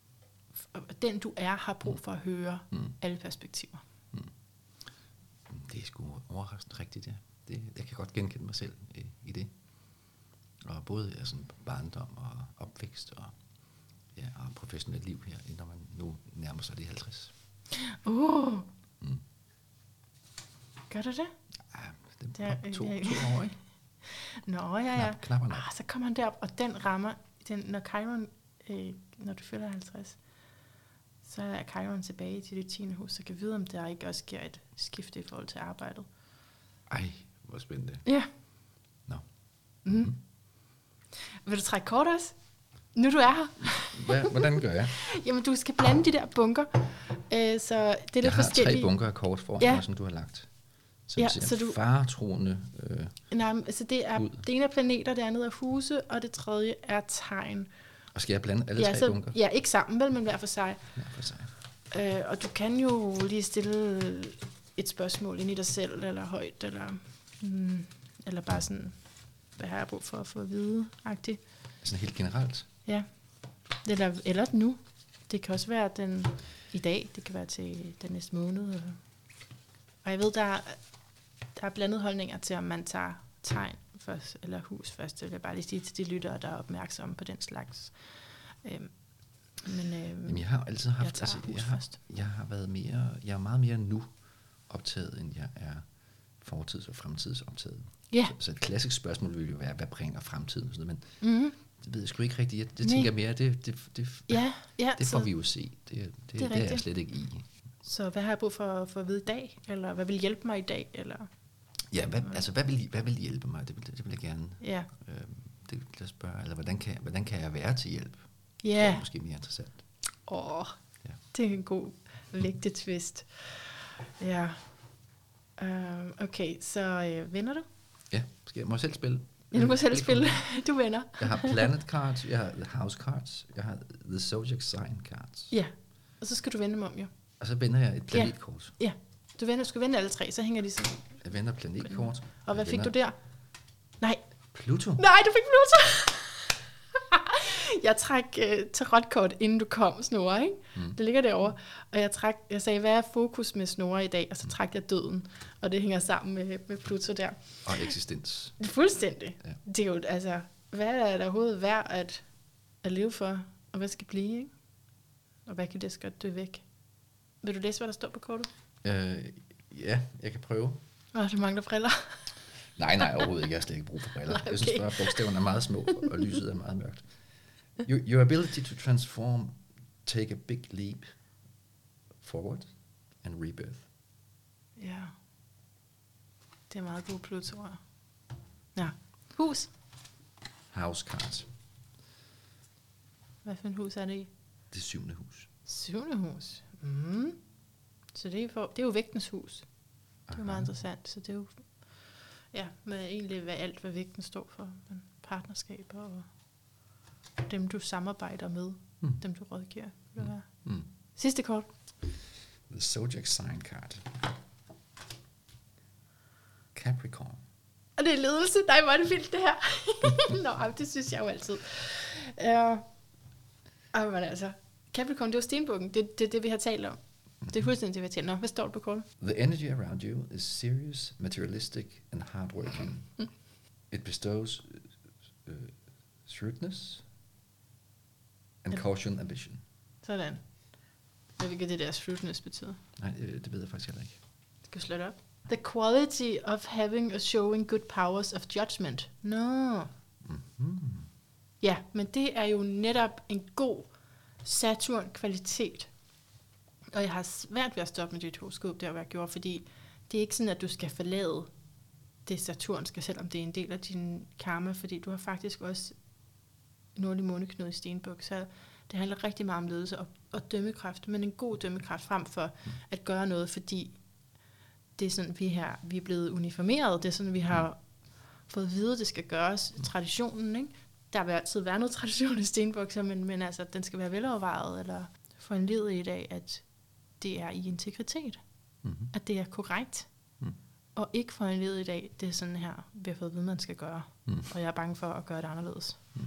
den du er, har brug for at høre mm. alle perspektiver. Mm. Det er sgu overraskende rigtigt, ja. Det, jeg kan godt genkende mig selv i, i det. Og både altså, barndom og opvækst og, ja, og professionelt liv her, når man nu nærmer sig de halvtreds. Uh. Mm. Gør du det? Ja, det er to, to, to år, ikke? Nå, ja, ja. Knap, knap ah, så kommer han derop, og den rammer, den, når Chiron, øh, når du fylder halvtreds, så er Chiron tilbage til det tiende hus, så kan vide, om der ikke også sker et skifte i forhold til arbejdet. Ej, hvor spændende. Ja. Nå. Mm. Mm. Vil du trække kort også? Nu du er her. Hvad, hvordan gør jeg? Jamen, du skal blande de der bunker. Øh, så det er lidt jeg har forskellige. tre bunker af kort foran ja. mig, som du har lagt. Så ja, det ser så du faretroende øh, nej, altså det er ud. Det ene er planeter, det andet er huse, og det tredje er tegn. Og skal jeg blande alle ja, tre så, bunker? Ja, ikke sammen, vel, men hver for sig. Hver for sig. Øh, og du kan jo lige stille et spørgsmål ind i dig selv, eller højt, eller, mm, eller bare sådan, hvad har jeg brug for at få at vide-agtigt. Sådan helt generelt? Ja, eller, eller nu. Det kan også være den i dag, det kan være til den næste måned. Eller. Og jeg ved, der er, der er blandet holdninger til, om man tager tegn først, eller hus først. Det vil jeg bare lige sige til de lyttere, der er opmærksomme på den slags. Øhm, men, øhm, Jamen, jeg har altid haft, jeg, altså, jeg, har, jeg har været mere, jeg er meget mere nu optaget, end jeg er fortids- og fremtidsoptaget. Ja. Så, så et klassisk spørgsmål ville jo være, hvad bringer fremtiden? Sådan noget, men Mm-hmm. det ved jeg sgu ikke rigtigt. Det, det tænker jeg mere, det, det, det, Ja, ja, det får så, vi jo se. Det, det, det, er det er jeg rigtigt. slet ikke i. Så hvad har jeg brug for, for at vide i dag? Eller hvad vil hjælpe mig i dag? Eller? Ja, hvad, altså, hvad vil, hvad vil hjælpe mig? Det vil, det vil jeg gerne Ja. øh, det vil jeg spørge. Eller hvordan kan, hvordan kan jeg være til hjælp? Ja. Det er måske mere interessant. Åh, Ja. det er en god, vigtig twist. Ja. Um, okay, så øh, vinder du? Ja, skal jeg, må jeg selv spille? Ja, du må selv spille. Du vinder. Jeg har Planet Cards, jeg har The House Cards, jeg har The Zodiac Sign Cards. Ja, og så skal du vende dem om, jo. Og så vender jeg et planetkort. Ja, du, vender, du skal vende alle tre, så hænger de sådan. Jeg vender planetkort. Og hvad Jeg fik du vender der? Nej, Pluto. nej, du fik Pluto! Jeg trak øh, tarotkort, inden du kom, Snorre, ikke? Mm. Det ligger derovre. Og jeg, trak, jeg sagde, hvad er fokus med Snorre i dag? Og så trak jeg døden. Og det hænger sammen med, med Pluto der. Og eksistens. Fuldstændig. Ja. Det er jo, altså, hvad er der overhovedet værd at, at leve for? Og hvad skal blive, ikke? Og hvad kan det skal dø væk? Vil du læse, hvad der står på kortet? Øh, ja, jeg kan prøve. Åh, du mangler briller. Nej, nej, overhovedet ikke. Jeg har slet ikke brug for briller. Nej, okay. Jeg synes bare, at bogstaverne er meget små, og lyset er meget mørkt. Your, your ability to transform, take a big leap forward and rebirth. Ja. Det er meget god Pluto. Ja. Hus. House cards. Hvad for et hus er det i? Det syvende hus. Syvende hus. Mm. Så det er, for, det er jo vægtens hus. Det er jo Aha. meget interessant. Så det er jo ja, med egentlig hvad alt, hvad vægten står for. Men partnerskaber og dem, du samarbejder med. Mm. Dem, du rådgiver. Mm. Mm. Sidste kort. The Zodiac Sign card. Capricorn. Og det er ledelse. Nej, hvor er det vildt, det her. Nå, det synes jeg jo altid. Uh, uh, men altså, Capricorn, det er jo stenbukken. Det er det, det, vi har talt om. Det er fuldstændig det, vi har talt om. Hvad står der på kortet? The energy around you is serious, materialistic and hardworking. Mm. It bestows uh, uh, shrewdness and Ja. caution ambition. Sådan. Hvad vil det der shrewdness betyde? Nej, det, det ved jeg faktisk heller ikke. Det kan slå det op. The quality of having or showing good powers of judgment. No. Mm-hmm. Ja, men det er jo netop en god Saturn-kvalitet. Og jeg har svært ved at stoppe med dit horoskop, der hvad jeg gjorde, fordi det er ikke sådan, at du skal forlade det saturnske, selvom det er en del af din karma, fordi du har faktisk også nordlig måneknude i Stenbuk, så det handler rigtig meget om ledelse og, og dømmekraft, men en god dømmekraft frem for mm. at gøre noget, fordi det er sådan, vi, her, vi er blevet uniformeret, det er sådan, vi har fået at vide, at det skal gøres, traditionen, ikke? Der vil altid være noget tradition i Stenbuk, men, men altså, den skal være velovervejet, eller for en led i dag, at det er i integritet, Mm-hmm. at det er korrekt, Mm. og ikke for en led i dag, det er sådan her, vi har fået at vide, man skal gøre, Mm. og jeg er bange for at gøre det anderledes. Mm.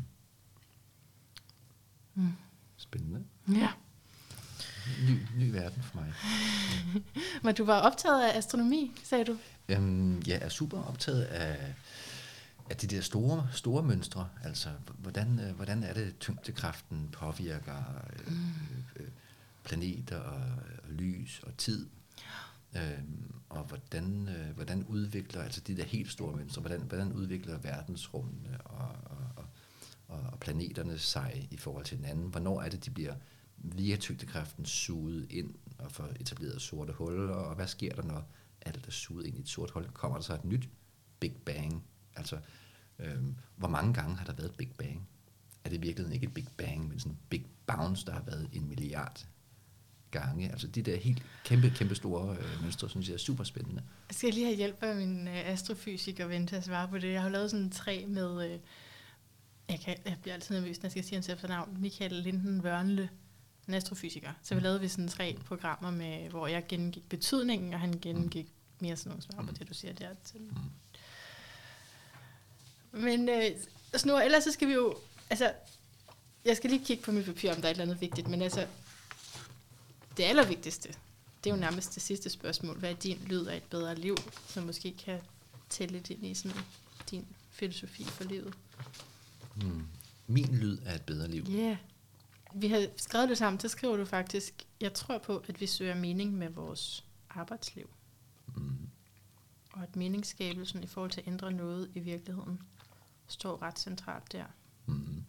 Mm. Spændende. Ja. Ny, ny verden for mig. Men du var optaget af astronomi, sagde du? Øhm, jeg er super optaget af, af de der store, store mønstre. Altså, hvordan, øh, hvordan er det, tyngdekraften påvirker øh, øh, planeter og, og lys og tid? Øhm, og hvordan, øh, hvordan udvikler, altså de der helt store mønstre, hvordan, hvordan udvikler verdensrummene og, og, og, og planeterne sig i forhold til hinanden? Hvornår er det, de bliver via tyngdekraften suget ind og får etableret sorte huller, og hvad sker der, når alt er suget ind i et sort hul? Kommer der så et nyt Big Bang? Altså, øhm, hvor mange gange har der været et Big Bang? Er det virkelig ikke et Big Bang, men sådan en Big Bounce, der har været en milliard gange? Altså de der helt kæmpe, kæmpe store øh, mønstre, synes jeg er super spændende. Jeg skal lige have hjælp af min øh, astrofysiker ven til at svare på det. Jeg har lavet sådan en træ med, øh, jeg, kan, jeg bliver altid nervøs, når jeg skal sige hans efternavn, Michael Linden Wørnle, en astrofysiker. Så vi lavede vi sådan tre programmer, med, hvor jeg gennemgik betydningen, og han gennemgik mere sådan nogle svar på det, du siger der til. Mm. Men øh, Snorre, ellers så skal vi jo, altså, jeg skal lige kigge på mit papir, om der er et eller andet vigtigt, men altså, det allervigtigste, det er jo nærmest det sidste spørgsmål. Hvad er din lyd af et bedre liv, som måske kan tælle lidt ind i sådan din filosofi for livet? Mm. Min lyd er et bedre liv. Ja. Yeah. Vi har skrevet det sammen, så skriver du faktisk, jeg tror på, at vi søger mening med vores arbejdsliv. Mm. og at meningsskabelsen i forhold til at ændre noget i virkeligheden står ret centralt der. Mm-hmm.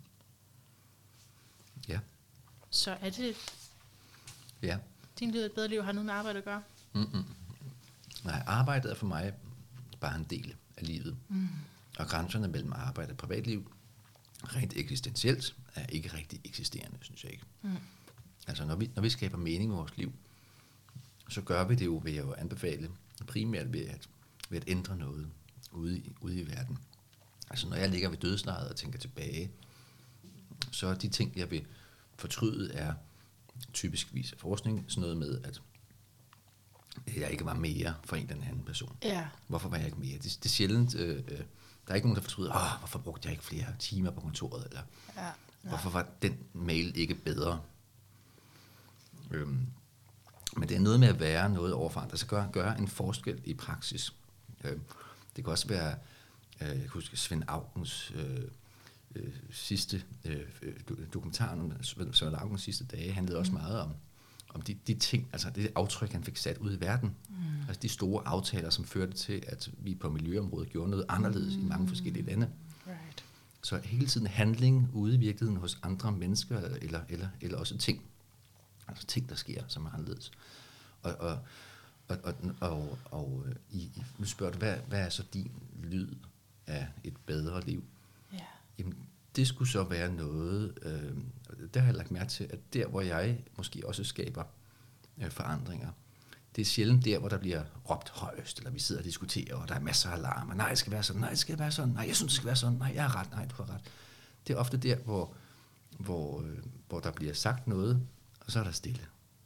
Ja. Så er det, Ja. din liv et bedre liv har noget med arbejde at gøre? Mm-mm. Nej, arbejdet er for mig bare en del af livet. Mm. Og grænserne mellem arbejde og privatliv, rent eksistentielt, er ikke rigtig eksisterende, synes jeg ikke. Mm. Altså, når vi, når vi skaber mening i vores liv, så gør vi det jo ved at anbefale, primært ved at, ved at ændre noget ude i, ude i verden. Altså, når jeg ligger ved dødslejet og tænker tilbage, så er de ting, jeg vil fortryde, er typisk vis af forskning sådan noget med, at jeg ikke var mere for en eller anden person. Ja. Hvorfor var jeg ikke mere? Det, det er sjældent. Øh, øh, der er ikke nogen, der fortryder, åh, hvorfor brugte jeg ikke flere timer på kontoret? Eller Ja. Ja. hvorfor var den mail ikke bedre? Øhm, men det er noget med at være noget overfor andre. Altså gøre, gøre en forskel i praksis. Øh, det kan også være, øh, jeg kan huske Svend Augens øh, øh, sidste øh, dokumentaren om Svend Augens sidste dage, handlede mm. også meget om om de, de ting, altså det aftryk, han fik sat ud i verden. Mm. Altså de store aftaler, som førte til, at vi på miljøområdet gjorde noget anderledes mm. i mange forskellige lande. Right. Så hele tiden handling ude i virkeligheden hos andre mennesker, eller, eller, eller også ting. Altså ting, der sker, som er anderledes. Og, og, og, og, og, og i, nu spørger du, hvad, hvad er så din lyd af et bedre liv? Yeah. Jamen, det skulle så være noget, øh, der har jeg lagt mærke til, at der, hvor jeg måske også skaber øh, forandringer, det er sjældent der, hvor der bliver råbt højst, eller vi sidder og diskuterer, og der er masser af alarmer. Nej, det skal være sådan, nej, det skal være sådan, nej, jeg synes, det skal være sådan, nej, jeg har ret, nej, du har ret. Det er ofte der, hvor, hvor, øh, hvor der bliver sagt noget, og så er der stille.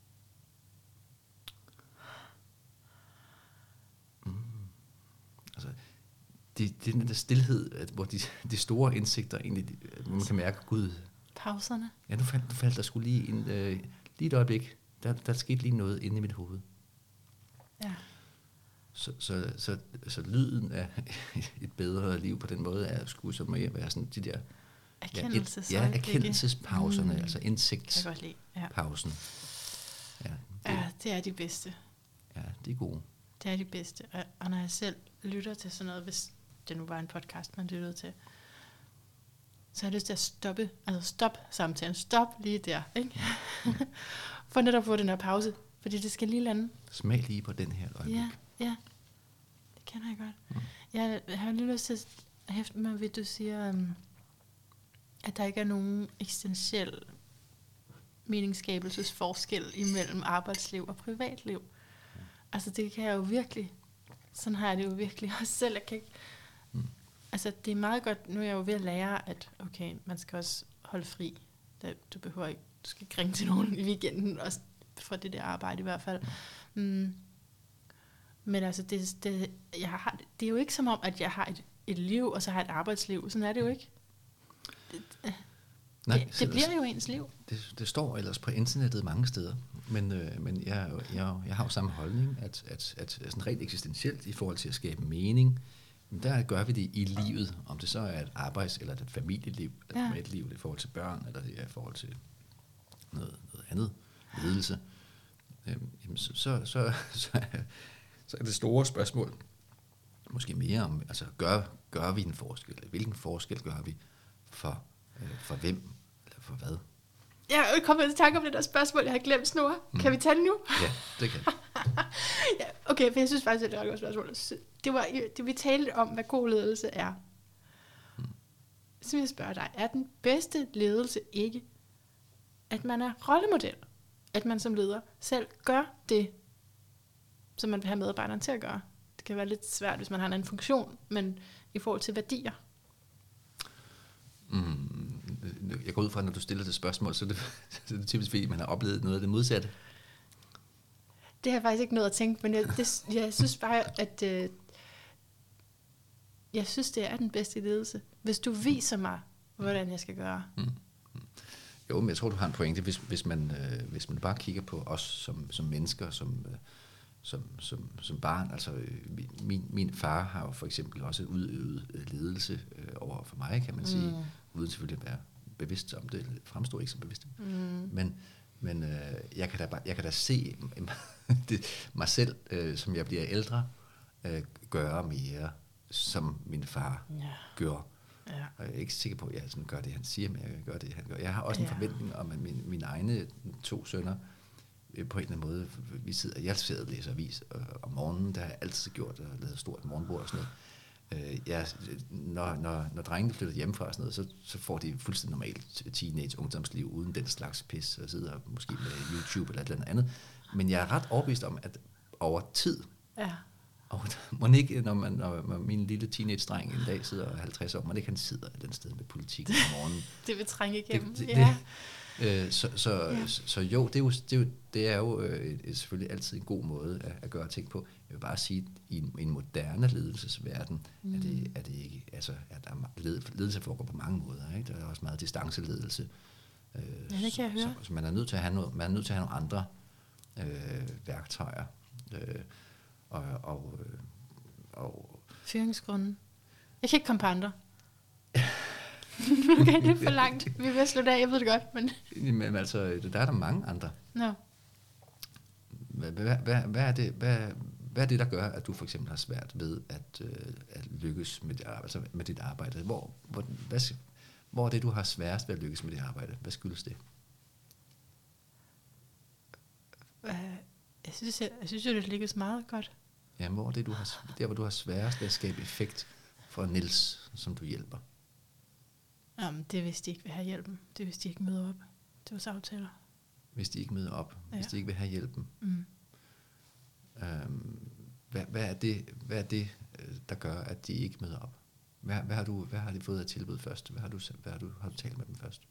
Mm. Altså, det, det er den der stillhed, at, hvor de, de store indsigter egentlig, hvor man kan mærke, Gud. Pauserne. Ja, nu faldt, nu faldt der skulle lige, en, øh, lige et øjeblik. Der, der skete lige noget inde i mit hoved. Ja. Så, så, så, så lyden af et bedre liv på den måde er skulle så mere være sådan de der Erkendelses- ja, et, ja, erkendelsespauserne, mm. altså indsigtspausen. Ja, ja, det er de bedste. Ja, det er gode. Det er de bedste. Og, og når jeg selv lytter til sådan noget, hvis det nu var en podcast, man lyttede til, så har jeg lyst til at stoppe, altså stop samtalen, stop lige der, ikke? Mm. For netop at få den her pause, fordi det skal lige lande. Smag lige på den her øjeblik. Ja, ja, det kender jeg godt. Mm. Jeg har lige lyst til at hæfte mig ved, at du siger, um, at der ikke er nogen eksistentiel meningsskabelsesforskel imellem arbejdsliv og privatliv. Mm. Altså det kan jeg jo virkelig, sådan har jeg det jo virkelig også selv. Jeg kan ikke, mm. altså det er meget godt, nu er jeg jo ved at lære, at okay, man skal også holde fri. Du behøver ikke, du skal ikke ringe til nogen i weekenden, også for det der arbejde i hvert fald. Mm. Men altså, det, det, jeg har, det er jo ikke som om, at jeg har et, et liv, og så har et arbejdsliv. Sådan er det jo ikke. Det, Nej, det, det bliver jo ens liv. Det, det står ellers på internettet mange steder, men, øh, men jeg, jeg, jeg har jo samme holdning, at, at, at sådan rent eksistentielt i forhold til at skabe mening, der gør vi det i livet, om det så er et arbejds- eller et familieliv, eller ja. et liv i forhold til børn, eller det er i forhold til noget, noget andet, ledelse. Øhm, jamen, så, så, så, så, så er det store spørgsmål måske mere om, altså gør, gør vi en forskel? Hvilken forskel gør vi for, øh, for hvem, eller for hvad? Jeg er kommet til tanke om det der spørgsmål, jeg har glemt, Snor. Mm. Kan vi tage det nu? Ja, det kan ja, okay, for jeg synes faktisk, det er et godt spørgsmål. Det var det, vi talte om, hvad god ledelse er. Mm. Så vil jeg spørge dig, er den bedste ledelse ikke, at man er rollemodel? At man som leder selv gør det, som man vil have medarbejderen til at gøre? Det kan være lidt svært, hvis man har en anden funktion, men i forhold til værdier. Mm. Jeg går ud fra, når du stiller det spørgsmål, så er det, så er det typisk, fordi man har oplevet noget af det modsatte. Det har jeg faktisk ikke noget at tænke, men jeg, det, jeg synes bare, at øh, jeg synes, det er den bedste ledelse. Hvis du viser mig, hvordan jeg skal gøre. Mm. Mm. Jo, men jeg tror, du har en pointe, hvis, hvis, man, øh, hvis man bare kigger på os som, som mennesker, som, øh, som, som, som barn. Altså, øh, min, min far har jo for eksempel også udøvet ledelse øh, over for mig, kan man sige, mm. uden selvfølgelig at være bevidst om det, fremstår ikke som bevidst. Mm. Men, men øh, jeg, kan da bare, jeg kan da se det, mig selv, øh, som jeg bliver ældre, øh, gøre mere, som min far Ja. gjorde. Ja. Og jeg er ikke sikker på, at jeg sådan gør det, han siger, men jeg gør det, han gør. Jeg har også en Ja. forventning om, at min, mine egne to sønner, øh, på en eller anden måde, vi sidder, jeg sidder og læser avis, og om morgenen, der har jeg altid gjort, og lavet stort morgenbord og sådan noget. Øh, jeg, når, når, når drengene flytter hjemmefra og sådan noget, så, så får de fuldstændig normalt teenage-ungdomsliv, uden den slags pis, og sidder måske med YouTube eller et eller andet. Men jeg er ret overbevist om, at over tid, Ja. og må ikke, når, man, når min lille teenage-dreng en dag sidder halvtreds år, må ikke han sidder et andet sted med politik om morgenen. Det vil trænge igennem. Det, det, ja. det, øh, så, så, ja. så, så jo, det er jo, det er jo, det er jo øh, et, selvfølgelig altid en god måde at, at gøre ting på. Jeg vil bare sige, at i en, en moderne ledelsesverden, mm. er, det, er det ikke, altså, at der led, ledelse foregår på mange måder. Ikke? Der er også meget distanceledelse. Øh, Ja, det kan jeg høre. Så, så man er nødt til at have noget, man er nødt til at have nogle andre øh, værktøjer. Øh, og, og, og Fyringsgrunden. Jeg kan ikke komme på andre. Okay, det er for langt. Vi er ved at slutte af, jeg ved det godt, men... Men altså, der er der mange andre. Nå. Hvad, hvad, hvad, hvad, er det, hvad, hvad er det, der gør, at du for eksempel har svært ved at, øh, at lykkes med dit, altså med dit arbejde? Hvor, hvor, hvad, hvor er det, du har sværest ved at lykkes med dit arbejde? Hvad skyldes det? Jeg synes, jeg, jeg synes jo, det lykkes meget godt. Jamen, hvor er det, du har, der, hvor du har sværest ved at skabe effekt for Niels, som du hjælper? Jamen, det er, hvis de ikke vil have hjælpen. Det er, hvis de ikke møder op. Det er vores aftaler. Hvis de ikke møder op, ja. Hvis de ikke vil have hjælpen. Mm. Øhm, hvad, hvad, er det, hvad er det, der gør, at de ikke møder op? Hvad, hvad, har, du, hvad har de fået af tilbud først? Hvad har du, hvad har du, har du talt med dem først?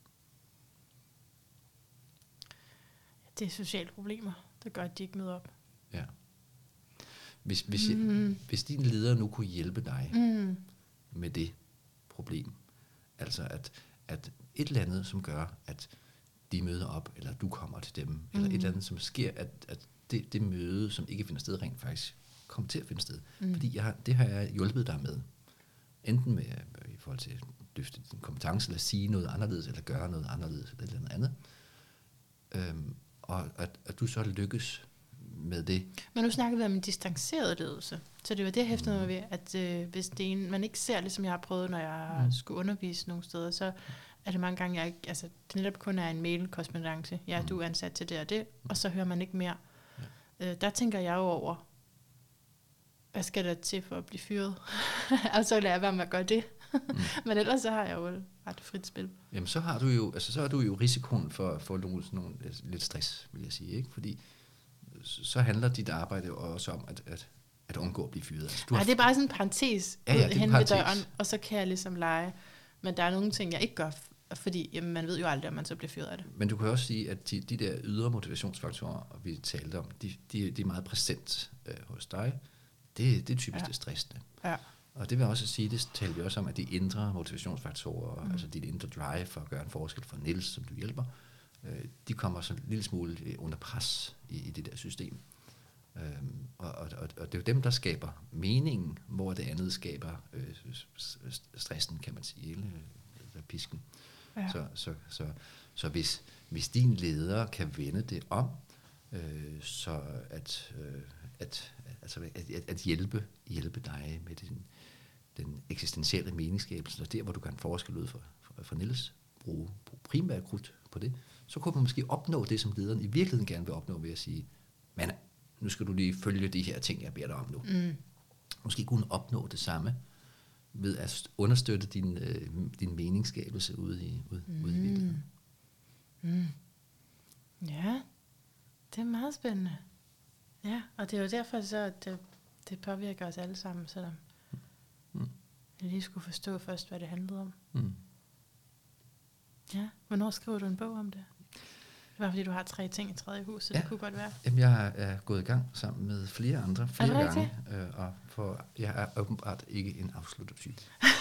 Det er sociale problemer, der gør, at de ikke møder op. Ja. Hvis, hvis, Mm. jeg, hvis din leder nu kunne hjælpe dig Mm. med det problem, altså at, at et eller andet, som gør, at de møder op, eller du kommer til dem, mm. eller et eller andet, som sker, at, at det, det møde, som ikke finder sted, rent faktisk kommer til at finde sted. Mm. Fordi jeg har, det har jeg hjulpet dig med. Enten med, i forhold til at løfte din kompetence, eller sige noget anderledes, eller gøre noget anderledes, eller et eller andet. Øhm, og at, at du så lykkes med det. Men nu snakker vi om en distanceret ledelse. Så det var det, jeg hæftede mig ved, at øh, hvis det er en, man ikke ser, ligesom jeg har prøvet, når jeg mm. skulle undervise nogle steder, så er det mange gange, jeg ikke, altså det netop kun er en mail-korrespondance. Ja, mm. du er ansat til det og det, og så hører man ikke mere. Ja. Øh, der tænker jeg jo over, hvad skal der til for at blive fyret? Og så lader jeg være med at gøre det. Mm. Men ellers så har jeg jo ret frit spil. Jamen så har du jo, altså så har du jo risikoen for at få nogle, nogle, lidt stress, vil jeg sige, ikke? Fordi så handler dit arbejde jo også om at, at, at undgå at blive fyret. Altså, Nej, det er bare sådan en parentes ja, ja, hen ved døren, og så kan jeg ligesom lege. Men der er nogle ting, jeg ikke gør, fordi jamen, man ved jo aldrig, om man så bliver fyret af det. Men du kan også sige, at de, de der ydre motivationsfaktorer, vi talte om, de, de, de er meget præsent øh, hos dig. Det, det er typisk ja. det stressende. Ja. Og det vil også sige, det taler vi også om, at de indre motivationsfaktorer, mm. altså dit indre drive for at gøre en forskel for Niels, som du hjælper, øh, de kommer så en lille smule under pres i, i det der system. Øhm, og, og, og det er jo dem, der skaber meningen, hvor det andet skaber øh, stressen, kan man sige, eller, eller pisken. Ja. Så, så, så, så hvis, hvis din leder kan vende det om, øh, så at, øh, at, altså at, at hjælpe, hjælpe dig med den, den eksistentielle meningsskabelse, og der, hvor du kan forskel ud for, for, for Niels, bruge, bruge primært krudt på det, så kunne man måske opnå det, som lederen i virkeligheden gerne vil opnå ved at sige, men nu skal du lige følge de her ting, jeg beder dig om nu. Mm. Måske kunne opnå det samme ved at understøtte din, øh, din meningsskabelse ude i, ude, mm. ude i virkeligheden. Mm. Ja, det er meget spændende. Ja, og det er jo derfor, så, at det, det påvirker os alle sammen, selvom mm. jeg lige skulle forstå først, hvad det handlede om. Mm. Ja, hvornår skriver du en bog om det? Det var fordi, du har tre ting i tredje hus, så ja. Det kunne godt være. Jamen, jeg er gået i gang sammen med flere andre, flere gange, øh, og for, jeg er åbenbart ikke en afsluttet type.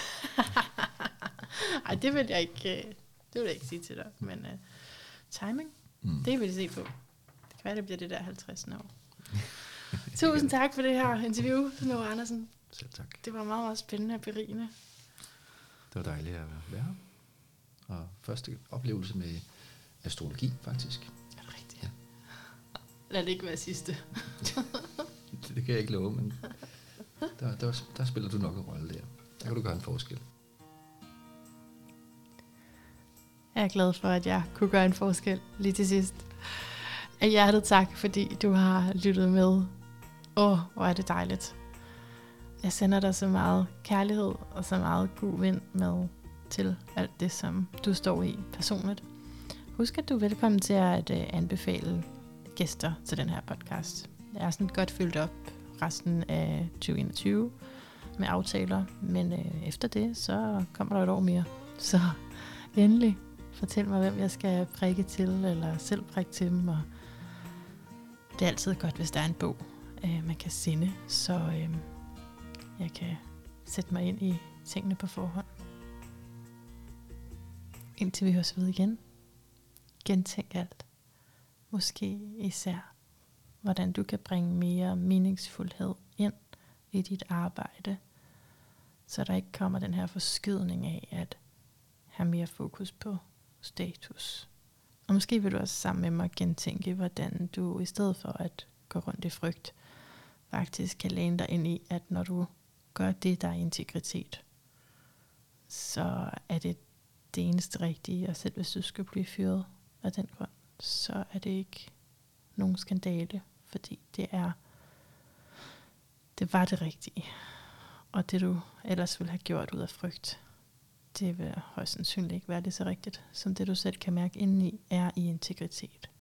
Ej, det vil jeg ikke, det vil jeg ikke sige til dig, men uh, timing, mm. det vil jeg se på. Det kan være, det bliver det der halvtreds år. Tusind tak for det her interview, Nora Andersen. Selv tak. Det var meget, meget spændende og berigende. Det var dejligt at være her. Og første oplevelse med astrologi, faktisk. Er det rigtigt? Ja. Lad det ikke være sidste. det, det kan jeg ikke love, men Der, der, der spiller du nok en rolle der. Der kan du gøre en forskel. Jeg er glad for, at jeg kunne gøre en forskel lige til sidst. Af hjertet tak, fordi du har lyttet med. Åh, oh, hvor er det dejligt. Jeg sender dig så meget kærlighed og så meget god vind med til alt det, som du står i personligt. Husk, at du er velkommen til at uh, anbefale gæster til den her podcast. Jeg er sådan godt fyldt op resten af tyve enogtyve med aftaler, men uh, efter det, så kommer der et år mere. Så endelig fortæl mig, hvem jeg skal prikke til, eller selv prikke til dem. Og det er altid godt, hvis der er en bog, uh, man kan sende, så uh, jeg kan sætte mig ind i tingene på forhånd. Indtil vi høres ved igen. Gentænk alt. Måske især, hvordan du kan bringe mere meningsfuldhed ind i dit arbejde, så der ikke kommer den her forskydning af at have mere fokus på status. Og måske vil du også sammen med mig gentænke, hvordan du i stedet for at gå rundt i frygt, faktisk kan læne dig ind i, at når du gør det, der er integritet, så er det det eneste rigtige, og selv hvis du skal blive fyret af den grund, så er det ikke nogen skandale, fordi det er det var det rigtige. Og det du ellers ville have gjort ud af frygt, det vil højst sandsynligt ikke være det så rigtigt, som det du selv kan mærke indeni er i integritet.